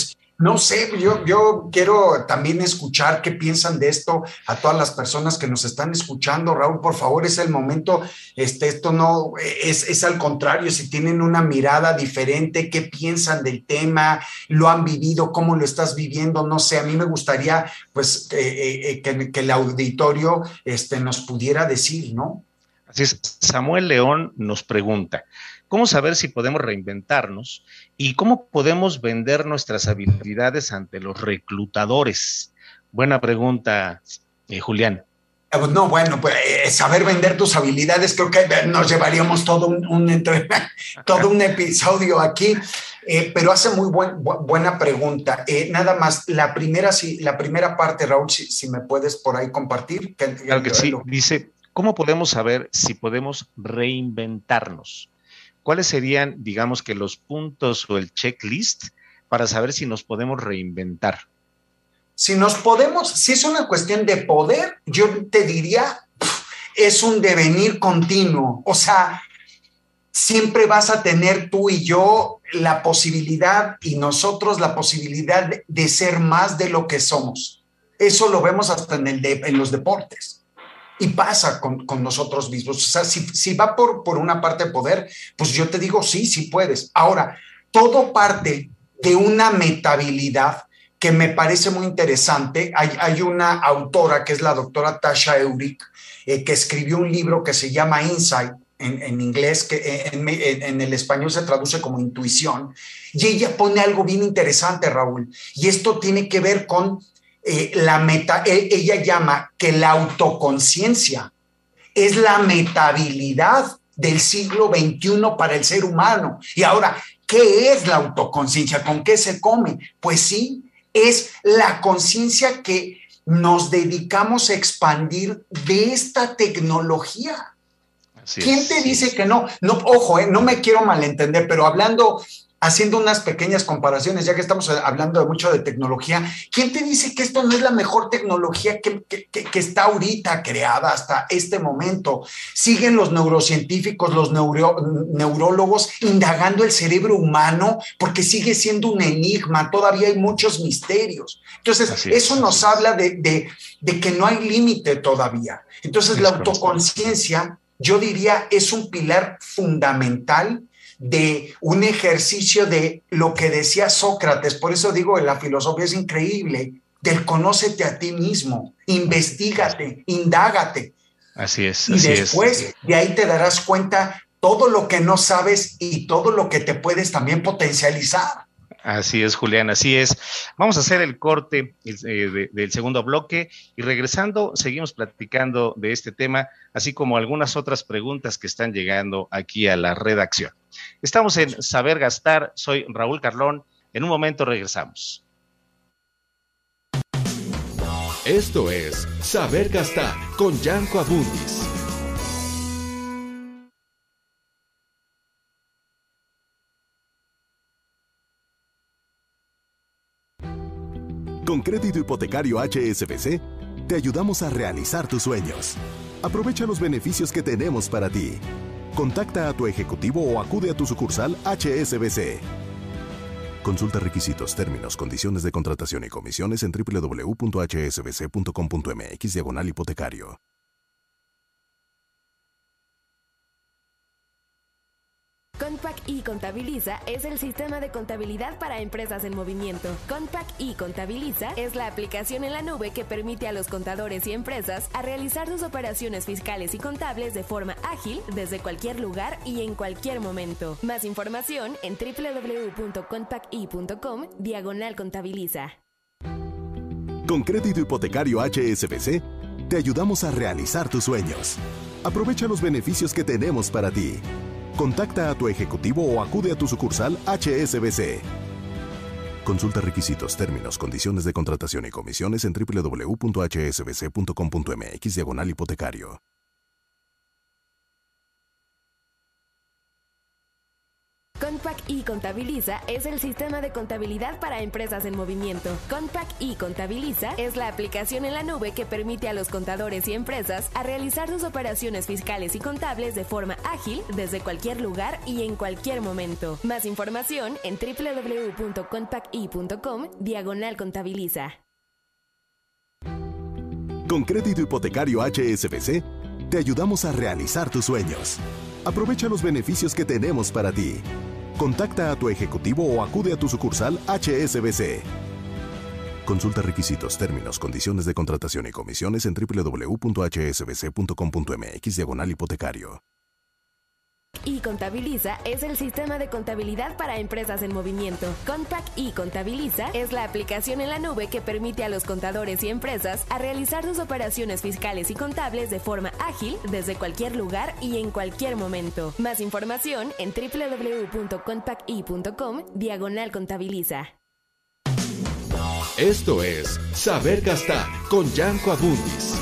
No sé, yo, yo quiero también escuchar qué piensan de esto a todas las personas que nos están escuchando. Raúl, por favor, es el momento. Este, esto no es, es al contrario, si tienen una mirada diferente, qué piensan del tema, lo han vivido, cómo lo estás viviendo, no sé. A mí me gustaría pues eh, eh, que, que el auditorio este, nos pudiera decir, ¿no? Así es. Samuel León nos pregunta, ¿cómo saber si podemos reinventarnos y cómo podemos vender nuestras habilidades ante los reclutadores? Buena pregunta, eh, Julián. No, bueno, pues eh, saber vender tus habilidades, creo que nos llevaríamos todo un, un, entre, todo un episodio aquí, eh, pero hace muy buen, bu buena pregunta. Eh, nada más, la primera, si, la primera parte, Raúl, si, si me puedes por ahí compartir. Que, claro que el, sí, lo... dice, ¿cómo podemos saber si podemos reinventarnos? ¿Cuáles serían, digamos que los puntos o el checklist para saber si nos podemos reinventar? Si nos podemos, si es una cuestión de poder, yo te diría, es un devenir continuo. O sea, siempre vas a tener tú y yo la posibilidad y nosotros la posibilidad de, de ser más de lo que somos. Eso lo vemos hasta en, el de, en los deportes. Y pasa con, con nosotros mismos. O sea, si, si va por, por una parte de poder, pues yo te digo, sí, sí puedes. Ahora, todo parte de una metahabilidad que me parece muy interesante. Hay, hay una autora que es la doctora Tasha Eurich, eh, que escribió un libro que se llama Insight, en, en inglés, que en, en, en el español se traduce como intuición. Y ella pone algo bien interesante, Raúl. Y esto tiene que ver con Eh, la meta, eh, ella llama que la autoconciencia es la metahabilidad del siglo veintiuno para el ser humano. Y ahora, ¿qué es la autoconciencia? ¿Con qué se come? Pues sí, es la conciencia que nos dedicamos a expandir de esta tecnología. Así ¿Quién es, te sí. dice que no? No, ojo, eh, no me quiero malentender, pero hablando... haciendo unas pequeñas comparaciones, ya que estamos hablando de mucho de tecnología, ¿quién te dice que esto no es la mejor tecnología que, que, que está ahorita creada hasta este momento? Siguen los neurocientíficos, los neuro, neurólogos indagando el cerebro humano porque sigue siendo un enigma, todavía hay muchos misterios. Entonces, así eso es, nos es. habla de, de, de que no hay límite todavía. Entonces, es la autoconciencia, yo diría, es un pilar fundamental de un ejercicio de lo que decía Sócrates. Por eso digo, la filosofía es increíble, del conócete a ti mismo, investígate, indágate. Así es. Y así después es. de ahí te darás cuenta todo lo que no sabes y todo lo que te puedes también potencializar. Así es, Julián, así es. Vamos a hacer el corte eh, de, del segundo bloque y regresando seguimos platicando de este tema, así como algunas otras preguntas que están llegando aquí a la redacción. Estamos en Saber Gastar, soy Raúl Carlón, en un momento regresamos. Esto es Saber Gastar con Yanko Abundis. Con Crédito Hipotecario H S B C, te ayudamos a realizar tus sueños. Aprovecha los beneficios que tenemos para ti. Contacta a tu ejecutivo o acude a tu sucursal H S B C. Consulta requisitos, términos, condiciones de contratación y comisiones en doble u doble u doble u punto h s b c punto com punto m x diagonal hipotecario. Compact y Contabiliza es el sistema de contabilidad para empresas en movimiento. Compact y Contabiliza es la aplicación en la nube que permite a los contadores y empresas a realizar sus operaciones fiscales y contables de forma ágil desde cualquier lugar y en cualquier momento. Más información en doble u doble u doble u punto compact i punto com diagonal contabiliza. Con Crédito Hipotecario H S B C, te ayudamos a realizar tus sueños. Aprovecha los beneficios que tenemos para ti. Contacta a tu ejecutivo o acude a tu sucursal H S B C. Consulta requisitos, términos, condiciones de contratación y comisiones en doble u doble u doble u punto h s b c punto com punto m x diagonal hipotecario. Compact Compact y Contabiliza es el sistema de contabilidad para empresas en movimiento. Compact y Contabiliza es la aplicación en la nube que permite a los contadores y empresas a realizar sus operaciones fiscales y contables de forma ágil desde cualquier lugar y en cualquier momento. Más información en doble u doble u doble u punto compact i punto com diagonal contabiliza. Con Crédito Hipotecario H S B C, te ayudamos a realizar tus sueños. Aprovecha los beneficios que tenemos para ti. Contacta a tu ejecutivo o acude a tu sucursal H S B C. Consulta requisitos, términos, condiciones de contratación y comisiones en doble u doble u doble u punto h s b c punto com punto m x diagonal hipotecario. Y Contabiliza es el sistema de contabilidad para empresas en movimiento. Compact y Contabiliza es la aplicación en la nube que permite a los contadores y empresas a realizar sus operaciones fiscales y contables de forma ágil desde cualquier lugar y en cualquier momento. Más información en doble u doble u doble u punto compact i punto com diagonal contabiliza. Esto es Saber Gastar con Yanko Abundis.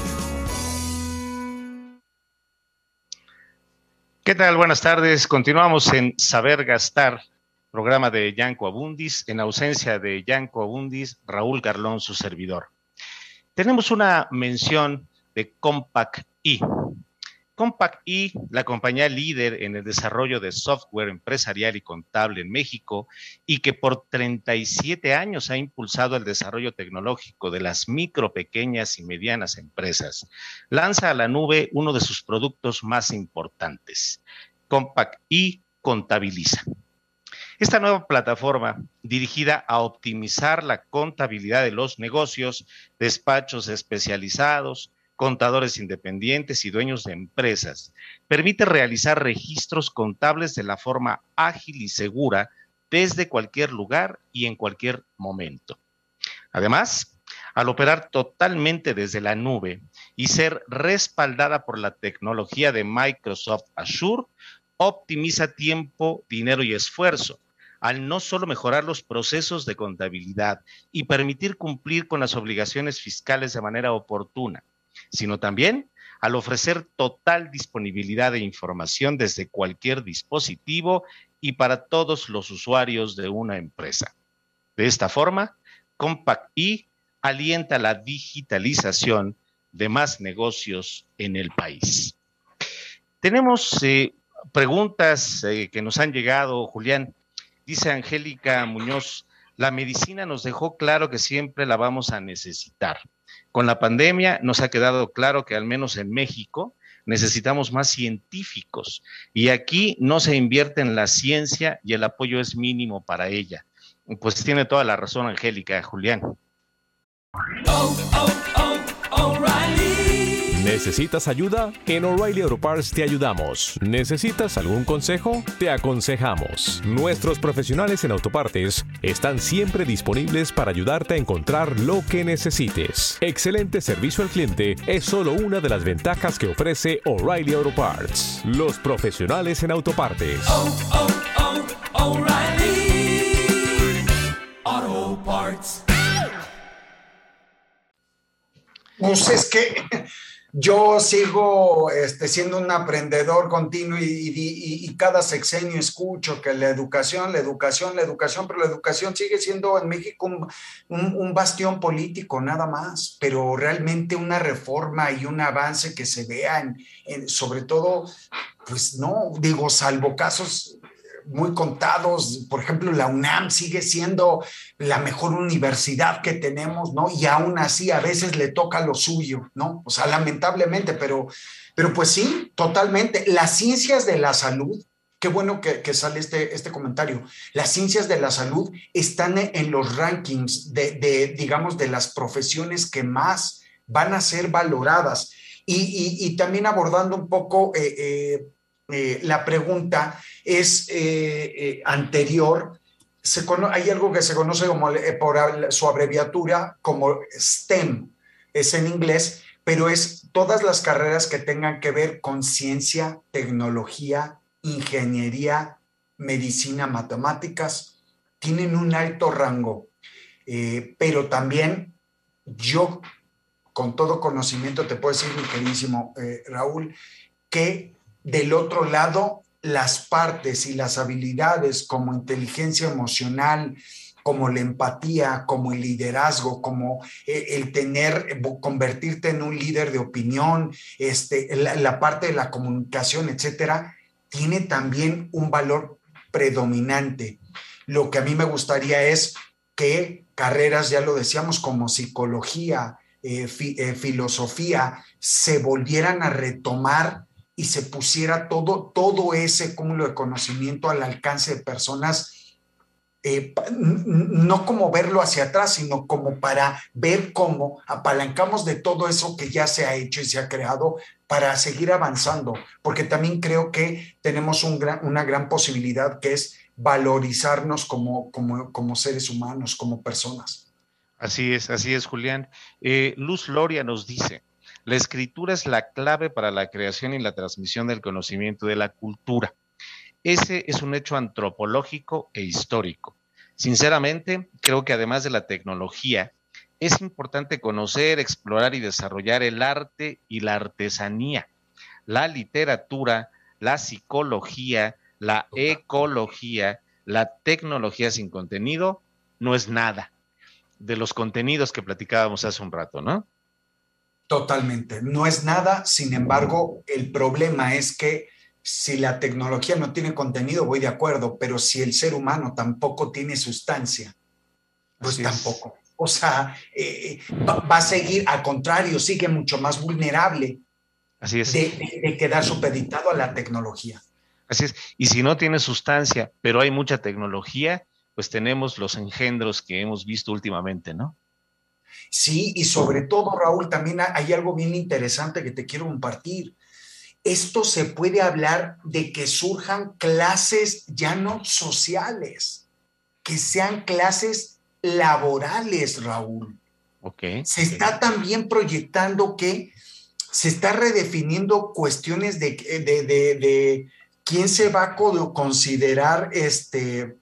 ¿Qué tal? Buenas tardes. Continuamos en Saber Gastar, programa de Yanko Abundis. En ausencia de Yanko Abundis, Raúl Carlón, su servidor. Tenemos una mención de Compact I. Compact I, la compañía líder en el desarrollo de software empresarial y contable en México y que por treinta y siete años ha impulsado el desarrollo tecnológico de las micro, pequeñas y medianas empresas, lanza a la nube uno de sus productos más importantes, Compact I Contabiliza. Esta nueva plataforma, dirigida a optimizar la contabilidad de los negocios, despachos especializados, contadores independientes y dueños de empresas, permite realizar registros contables de la forma ágil y segura desde cualquier lugar y en cualquier momento. Además, al operar totalmente desde la nube y ser respaldada por la tecnología de Microsoft Azure, optimiza tiempo, dinero y esfuerzo, al no solo mejorar los procesos de contabilidad y permitir cumplir con las obligaciones fiscales de manera oportuna, sino también al ofrecer total disponibilidad de información desde cualquier dispositivo y para todos los usuarios de una empresa. De esta forma, Compact I alienta la digitalización de más negocios en el país. Tenemos eh, preguntas eh, que nos han llegado, Julián. Dice Angélica Muñoz, la medicina nos dejó claro que siempre la vamos a necesitar. Con la pandemia nos ha quedado claro que al menos en México necesitamos más científicos y aquí no se invierte en la ciencia y el apoyo es mínimo para ella. Pues tiene toda la razón Angélica, Julián. Oh, oh, oh, O'Reilly. ¿Necesitas ayuda? En O'Reilly Auto Parts te ayudamos. ¿Necesitas algún consejo? Te aconsejamos. Nuestros profesionales en autopartes están siempre disponibles para ayudarte a encontrar lo que necesites. Excelente servicio al cliente es solo una de las ventajas que ofrece O'Reilly Auto Parts. Los profesionales en autopartes. Oh, oh, oh, O'Reilly Auto Parts. Pues es que yo sigo este, siendo un aprendedor continuo y, y, y cada sexenio escucho que la educación, la educación, la educación, pero la educación sigue siendo en México un, un, un bastión político nada más, pero realmente una reforma y un avance que se vea en, en, sobre todo, pues no, digo, salvo casos muy contados, por ejemplo, la UNAM sigue siendo la mejor universidad que tenemos, ¿no? Y aún así a veces le toca lo suyo, ¿no? O sea, lamentablemente, pero, pero pues sí, totalmente. Las ciencias de la salud, qué bueno que, que sale este, este comentario, las ciencias de la salud están en los rankings de, de digamos, de las profesiones que más van a ser valoradas. Y, y, y también abordando un poco eh, eh, eh, la pregunta, es eh, eh, anterior, se cono- hay algo que se conoce como, eh, por su abreviatura como STEM, es en inglés, pero es todas las carreras que tengan que ver con ciencia, tecnología, ingeniería, medicina, matemáticas, tienen un alto rango, eh, pero también yo, con todo conocimiento, te puedo decir, mi queridísimo eh, Raúl, que del otro lado las partes y las habilidades como inteligencia emocional, como la empatía, como el liderazgo, como el tener, convertirte en un líder de opinión, este, la, la parte de la comunicación, etcétera, tiene también un valor predominante. Lo que a mí me gustaría es que carreras, ya lo decíamos, como psicología, eh, fi, eh, filosofía, se volvieran a retomar y se pusiera todo, todo ese cúmulo de conocimiento al alcance de personas. Eh, no como verlo hacia atrás, sino como para ver cómo apalancamos de todo eso que ya se ha hecho y se ha creado para seguir avanzando, porque también creo que tenemos un gran, una gran posibilidad que es valorizarnos como, como, como seres humanos, como personas. Así es, así es, Julián. Eh, Luz Loria nos dice, la escritura es la clave para la creación y la transmisión del conocimiento de la cultura. Ese es un hecho antropológico e histórico. Sinceramente, creo que además de la tecnología, es importante conocer, explorar y desarrollar el arte y la artesanía, la literatura, la psicología, la ecología, la tecnología sin contenido no es nada. De los contenidos que platicábamos hace un rato, ¿no? Totalmente, no es nada. Sin embargo, el problema es que si la tecnología no tiene contenido, voy de acuerdo, pero si el ser humano tampoco tiene sustancia, pues Así tampoco. Es. O sea, eh, va, va a seguir, al contrario, sigue mucho más vulnerable. Así es. De, de, de quedar supeditado a la tecnología. Así es. Y si no tiene sustancia, pero hay mucha tecnología, pues tenemos los engendros que hemos visto últimamente, ¿no? Sí, y sobre todo, Raúl, también hay algo bien interesante que te quiero compartir. Esto se puede hablar de que surjan clases ya no sociales, que sean clases laborales, Raúl. Okay. Se está también proyectando que se está redefiniendo cuestiones de, de, de, de quién se va a considerar este,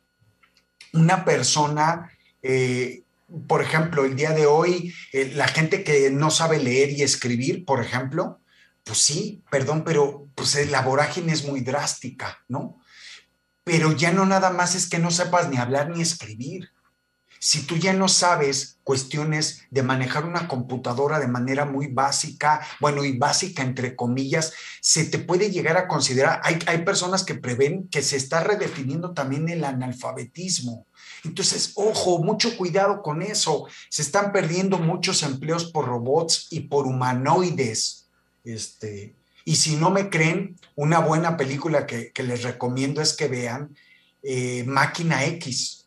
una persona, eh, por ejemplo, el día de hoy, eh, la gente que no sabe leer y escribir, por ejemplo, pues sí, perdón, pero pues la vorágine es muy drástica, ¿no? Pero ya no nada más es que no sepas ni hablar ni escribir. Si tú ya no sabes cuestiones de manejar una computadora de manera muy básica, bueno, y básica entre comillas, se te puede llegar a considerar, hay, hay personas que prevén que se está redefiniendo también el analfabetismo. Entonces, ojo, mucho cuidado con eso. Se están perdiendo muchos empleos por robots y por humanoides. Este, y si no me creen, una buena película que, que les recomiendo es que vean eh, Máquina X.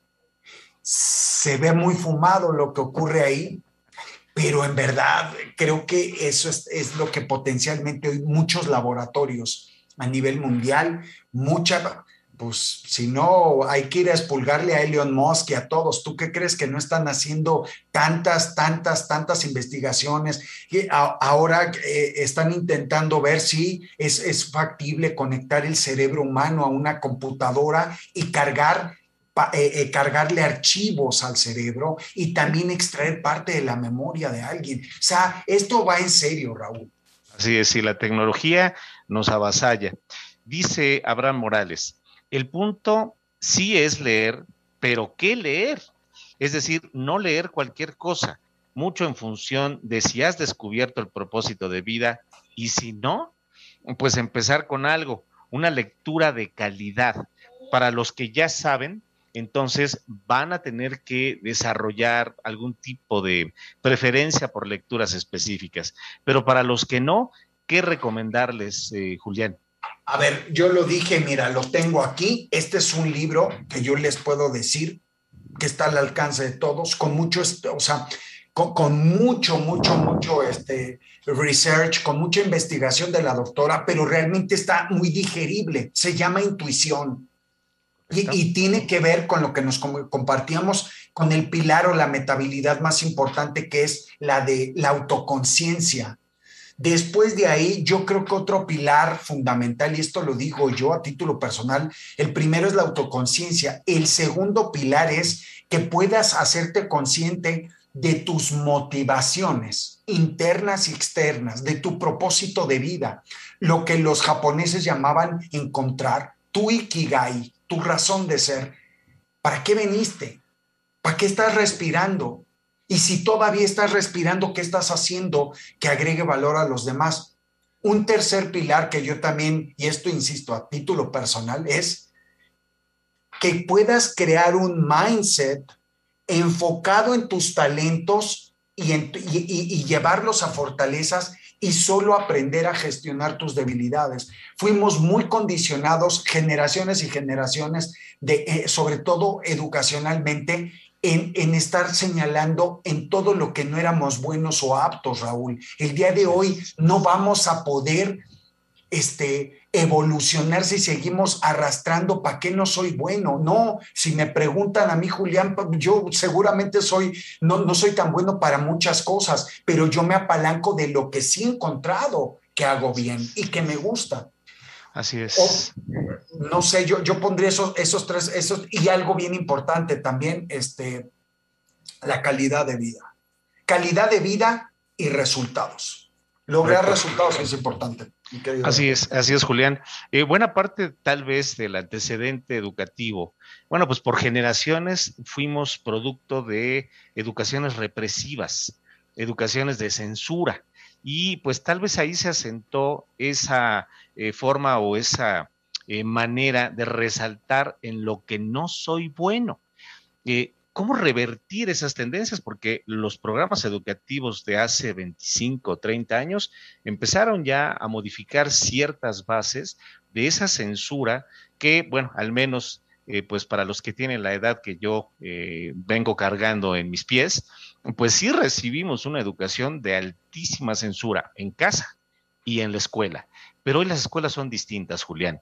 Se ve muy fumado lo que ocurre ahí, pero en verdad creo que eso es, es lo que potencialmente hoy muchos laboratorios a nivel mundial, mucha, pues si no, hay que ir a expulgarle a Elon Musk y a todos. ¿Tú qué crees que no están haciendo tantas, tantas, tantas investigaciones? Y a, ahora eh, están intentando ver si es, es factible conectar el cerebro humano a una computadora y cargar Pa, eh, eh, cargarle archivos al cerebro y también extraer parte de la memoria de alguien. O sea, esto va en serio, Raúl. Así es, y la tecnología nos avasalla. Dice Abraham Morales, el punto sí es leer, pero ¿qué leer? Es decir, no leer cualquier cosa, mucho en función de si has descubierto el propósito de vida y si no, pues empezar con algo, una lectura de calidad. Para los que ya saben, entonces van a tener que desarrollar algún tipo de preferencia por lecturas específicas. Pero para los que no, ¿qué recomendarles, eh, Julián? A ver, yo lo dije, mira, lo tengo aquí. Este es un libro que yo les puedo decir que está al alcance de todos, con mucho, o sea, con, con mucho, mucho, mucho este, research, con mucha investigación de la doctora, pero realmente está muy digerible. Se llama Intuición. Y, y tiene que ver con lo que nos compartíamos con el pilar o la metabilidad más importante, que es la de la autoconciencia. Después de ahí, yo creo que otro pilar fundamental, y esto lo digo yo a título personal, el primero es la autoconciencia. El segundo pilar es que puedas hacerte consciente de tus motivaciones internas y externas, de tu propósito de vida, lo que los japoneses llamaban encontrar tu ikigai, tu razón de ser. ¿Para qué viniste? ¿Para qué estás respirando? Y si todavía estás respirando, ¿qué estás haciendo que agregue valor a los demás? Un tercer pilar que yo también, y esto insisto a título personal, es que puedas crear un mindset enfocado en tus talentos y, en, y, y, y llevarlos a fortalezas y solo aprender a gestionar tus debilidades. Fuimos muy condicionados, generaciones y generaciones, de, eh, sobre todo educacionalmente, en, en estar señalando en todo lo que no éramos buenos o aptos, Raúl. El día de hoy no vamos a poder este, evolucionar si seguimos arrastrando ¿para qué no soy bueno? No, si me preguntan a mí, Julián, yo seguramente soy, no, no soy tan bueno para muchas cosas, pero yo me apalanco de lo que sí he encontrado que hago bien y que me gusta. Así es. O, no sé, yo, yo pondría esos, esos tres, esos, y algo bien importante también, este, la calidad de vida. Calidad de vida y resultados. Lograr resultados es importante. Así es, así es, Julián. Eh, buena parte tal vez del antecedente educativo, bueno, pues por generaciones fuimos producto de educaciones represivas, educaciones de censura, y pues tal vez ahí se asentó esa eh, forma o esa eh, manera de resaltar en lo que no soy bueno. Eh, ¿Cómo revertir esas tendencias? Porque los programas educativos de hace veinticinco, treinta años empezaron ya a modificar ciertas bases de esa censura que, bueno, al menos eh, pues para los que tienen la edad que yo eh, vengo cargando en mis pies, pues sí recibimos una educación de altísima censura en casa y en la escuela. Pero hoy las escuelas son distintas, Julián.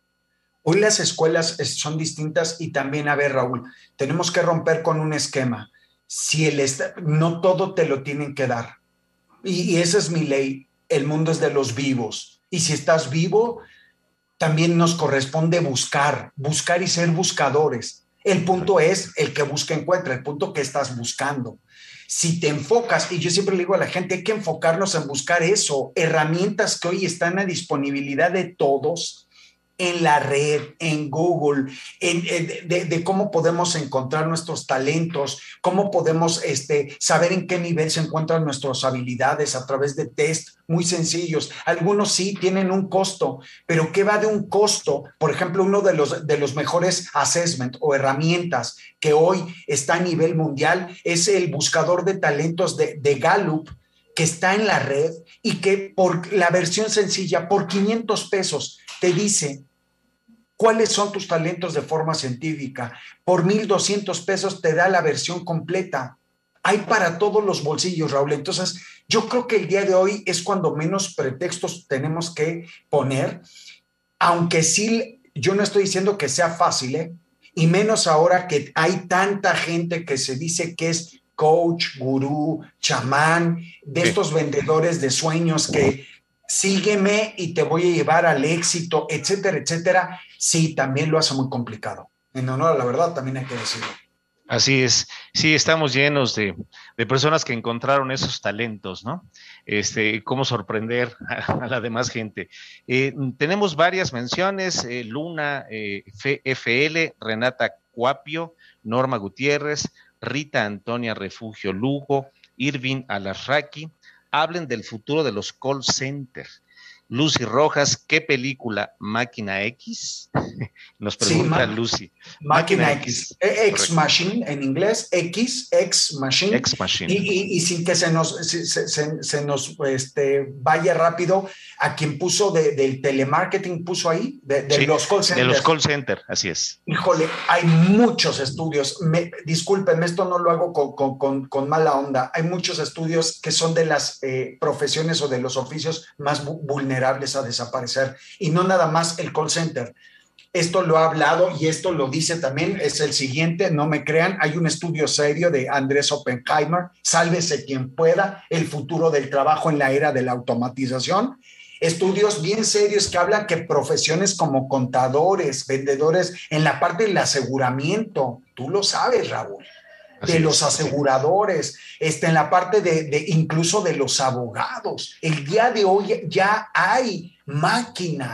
Hoy las escuelas son distintas y también, a ver, Raúl, tenemos que romper con un esquema. Si el est- no todo te lo tienen que dar. Y, y esa es mi ley. El mundo es de los vivos. Y si estás vivo, también nos corresponde buscar, buscar y ser buscadores. El punto es el que busca encuentra, el punto que estás buscando. Si te enfocas, y yo siempre le digo a la gente, hay que enfocarnos en buscar eso, herramientas que hoy están a disponibilidad de todos, en la red, en Google, en, en, de, de cómo podemos encontrar nuestros talentos, cómo podemos este, saber en qué nivel se encuentran nuestras habilidades a través de test muy sencillos. Algunos sí tienen un costo, pero ¿qué va de un costo? Por ejemplo, uno de los, de los mejores assessment o herramientas que hoy está a nivel mundial es el buscador de talentos de, de Gallup, que está en la red y que por la versión sencilla, por quinientos pesos, te dice cuáles son tus talentos de forma científica. Por mil doscientos pesos te da la versión completa. Hay para todos los bolsillos, Raúl. Entonces, yo creo que el día de hoy es cuando menos pretextos tenemos que poner, aunque sí, yo no estoy diciendo que sea fácil, ¿eh? Y menos ahora que hay tanta gente que se dice que es coach, gurú, chamán, de estos vendedores de sueños que sígueme y te voy a llevar al éxito, etcétera, etcétera. Sí, también lo hace muy complicado. En honor a la verdad, también hay que decirlo. Así es. Sí, estamos llenos de, de personas que encontraron esos talentos, ¿no? Este, cómo sorprender a, a la demás gente. Eh, tenemos varias menciones, eh, Luna eh, F L, Renata Cuapio, Norma Gutiérrez, Rita Antonia Refugio Lugo, Irving Alarraqui. Hablen del futuro de los call centers. Lucy Rojas, ¿qué película? ¿Máquina X? Nos pregunta sí, Lucy. Máquina, Máquina X. X. Ex Machine en inglés, X, Ex Machine. Ex Machine. Y, y, y sin que se nos, se, se, se nos este, vaya rápido, a quien puso de, del telemarketing, puso ahí, de, de sí, los call centers. De los call centers, así es. Híjole, hay muchos estudios. Me, discúlpenme, esto no lo hago con, con, con, con mala onda. Hay muchos estudios que son de las eh, profesiones o de los oficios más vulnerables a desaparecer, y no nada más el call center. Esto lo ha hablado y esto lo dice también, es el siguiente, no me crean, hay un estudio serio de Andrés Oppenheimer, Sálvese quien pueda, el futuro del trabajo en la era de la automatización. Estudios bien serios que hablan que profesiones como contadores, vendedores, en la parte del aseguramiento, tú lo sabes, Raúl, de los aseguradores, este, en la parte de, de incluso de los abogados. El día de hoy ya hay máquinas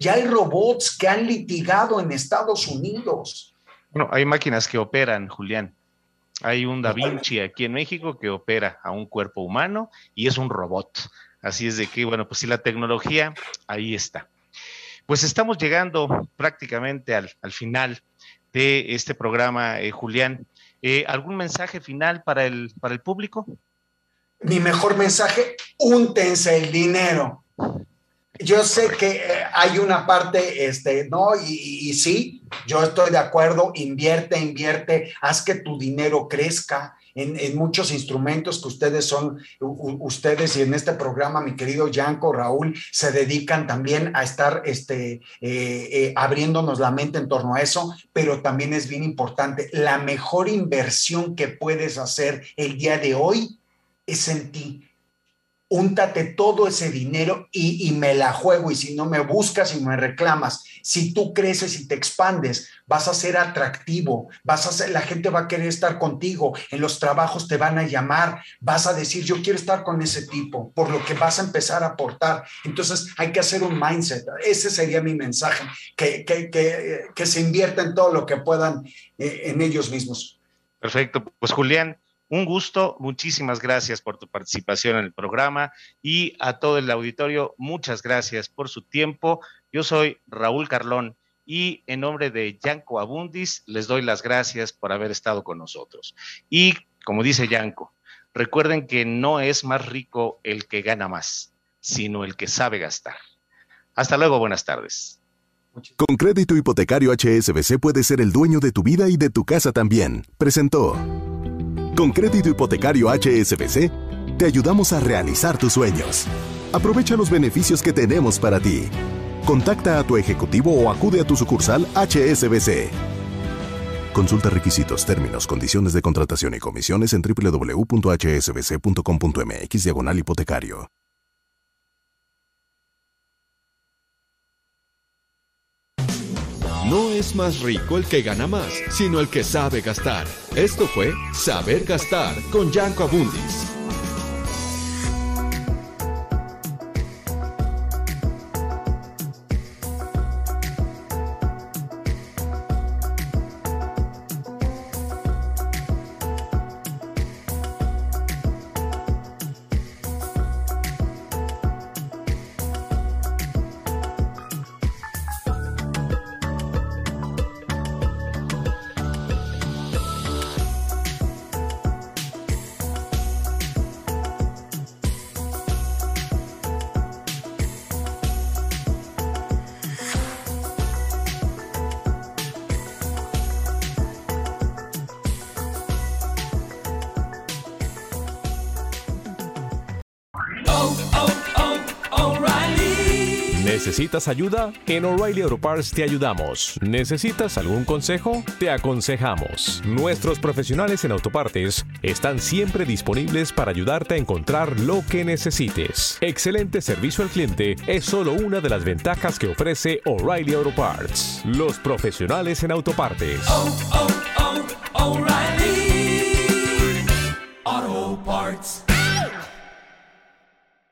Ya hay robots que han litigado en Estados Unidos. Bueno, hay máquinas que operan, Julián. Hay un Da Vinci aquí en México que opera a un cuerpo humano y es un robot. Así es de que, bueno, pues sí, la tecnología ahí está. Pues estamos llegando prácticamente al, al final de este programa, eh, Julián. Eh, ¿Algún mensaje final para el, para el público? Mi mejor mensaje, úntense el dinero. Yo sé que eh, hay una parte, este, ¿no? Y, y, y sí, yo estoy de acuerdo, invierte, invierte, haz que tu dinero crezca en, en muchos instrumentos que ustedes son, u, ustedes y en este programa, mi querido Yanko, Raúl, se dedican también a estar este, eh, eh, abriéndonos la mente en torno a eso, pero también es bien importante, la mejor inversión que puedes hacer el día de hoy es en ti. Úntate todo ese dinero y, y me la juego, y si no me buscas y me reclamas, si tú creces y te expandes, vas a ser atractivo, vas a ser, la gente va a querer estar contigo, en los trabajos te van a llamar, vas a decir yo quiero estar con ese tipo, por lo que vas a empezar a aportar. Entonces hay que hacer un mindset, ese sería mi mensaje, que, que, que, que se invierta en todo lo que puedan eh, en ellos mismos. Perfecto, pues Julián, un gusto, muchísimas gracias por tu participación en el programa y a todo el auditorio, muchas gracias por su tiempo. Yo soy Raúl Carlón y en nombre de Yanko Abundis les doy las gracias por haber estado con nosotros. Y como dice Yanko, recuerden que no es más rico el que gana más, sino el que sabe gastar. Hasta luego, buenas tardes. Con Crédito Hipotecario H S B C puedes ser el dueño de tu vida y de tu casa también. Presentó. Con Crédito Hipotecario H S B C, te ayudamos a realizar tus sueños. Aprovecha los beneficios que tenemos para ti. Contacta a tu ejecutivo o acude a tu sucursal H S B C. Consulta requisitos, términos, condiciones de contratación y comisiones en doble u doble u doble u punto h s b c punto com punto m x diagonal hipotecario. No es más rico el que gana más, sino el que sabe gastar. Esto fue Saber Gastar con Yanko Abundis. ¿Necesitas ayuda? En O'Reilly Auto Parts te ayudamos. ¿Necesitas algún consejo? Te aconsejamos. Nuestros profesionales en autopartes están siempre disponibles para ayudarte a encontrar lo que necesites. Excelente servicio al cliente es solo una de las ventajas que ofrece O'Reilly Auto Parts. Los profesionales en autopartes. Oh, oh, oh, O'Reilly Auto Parts.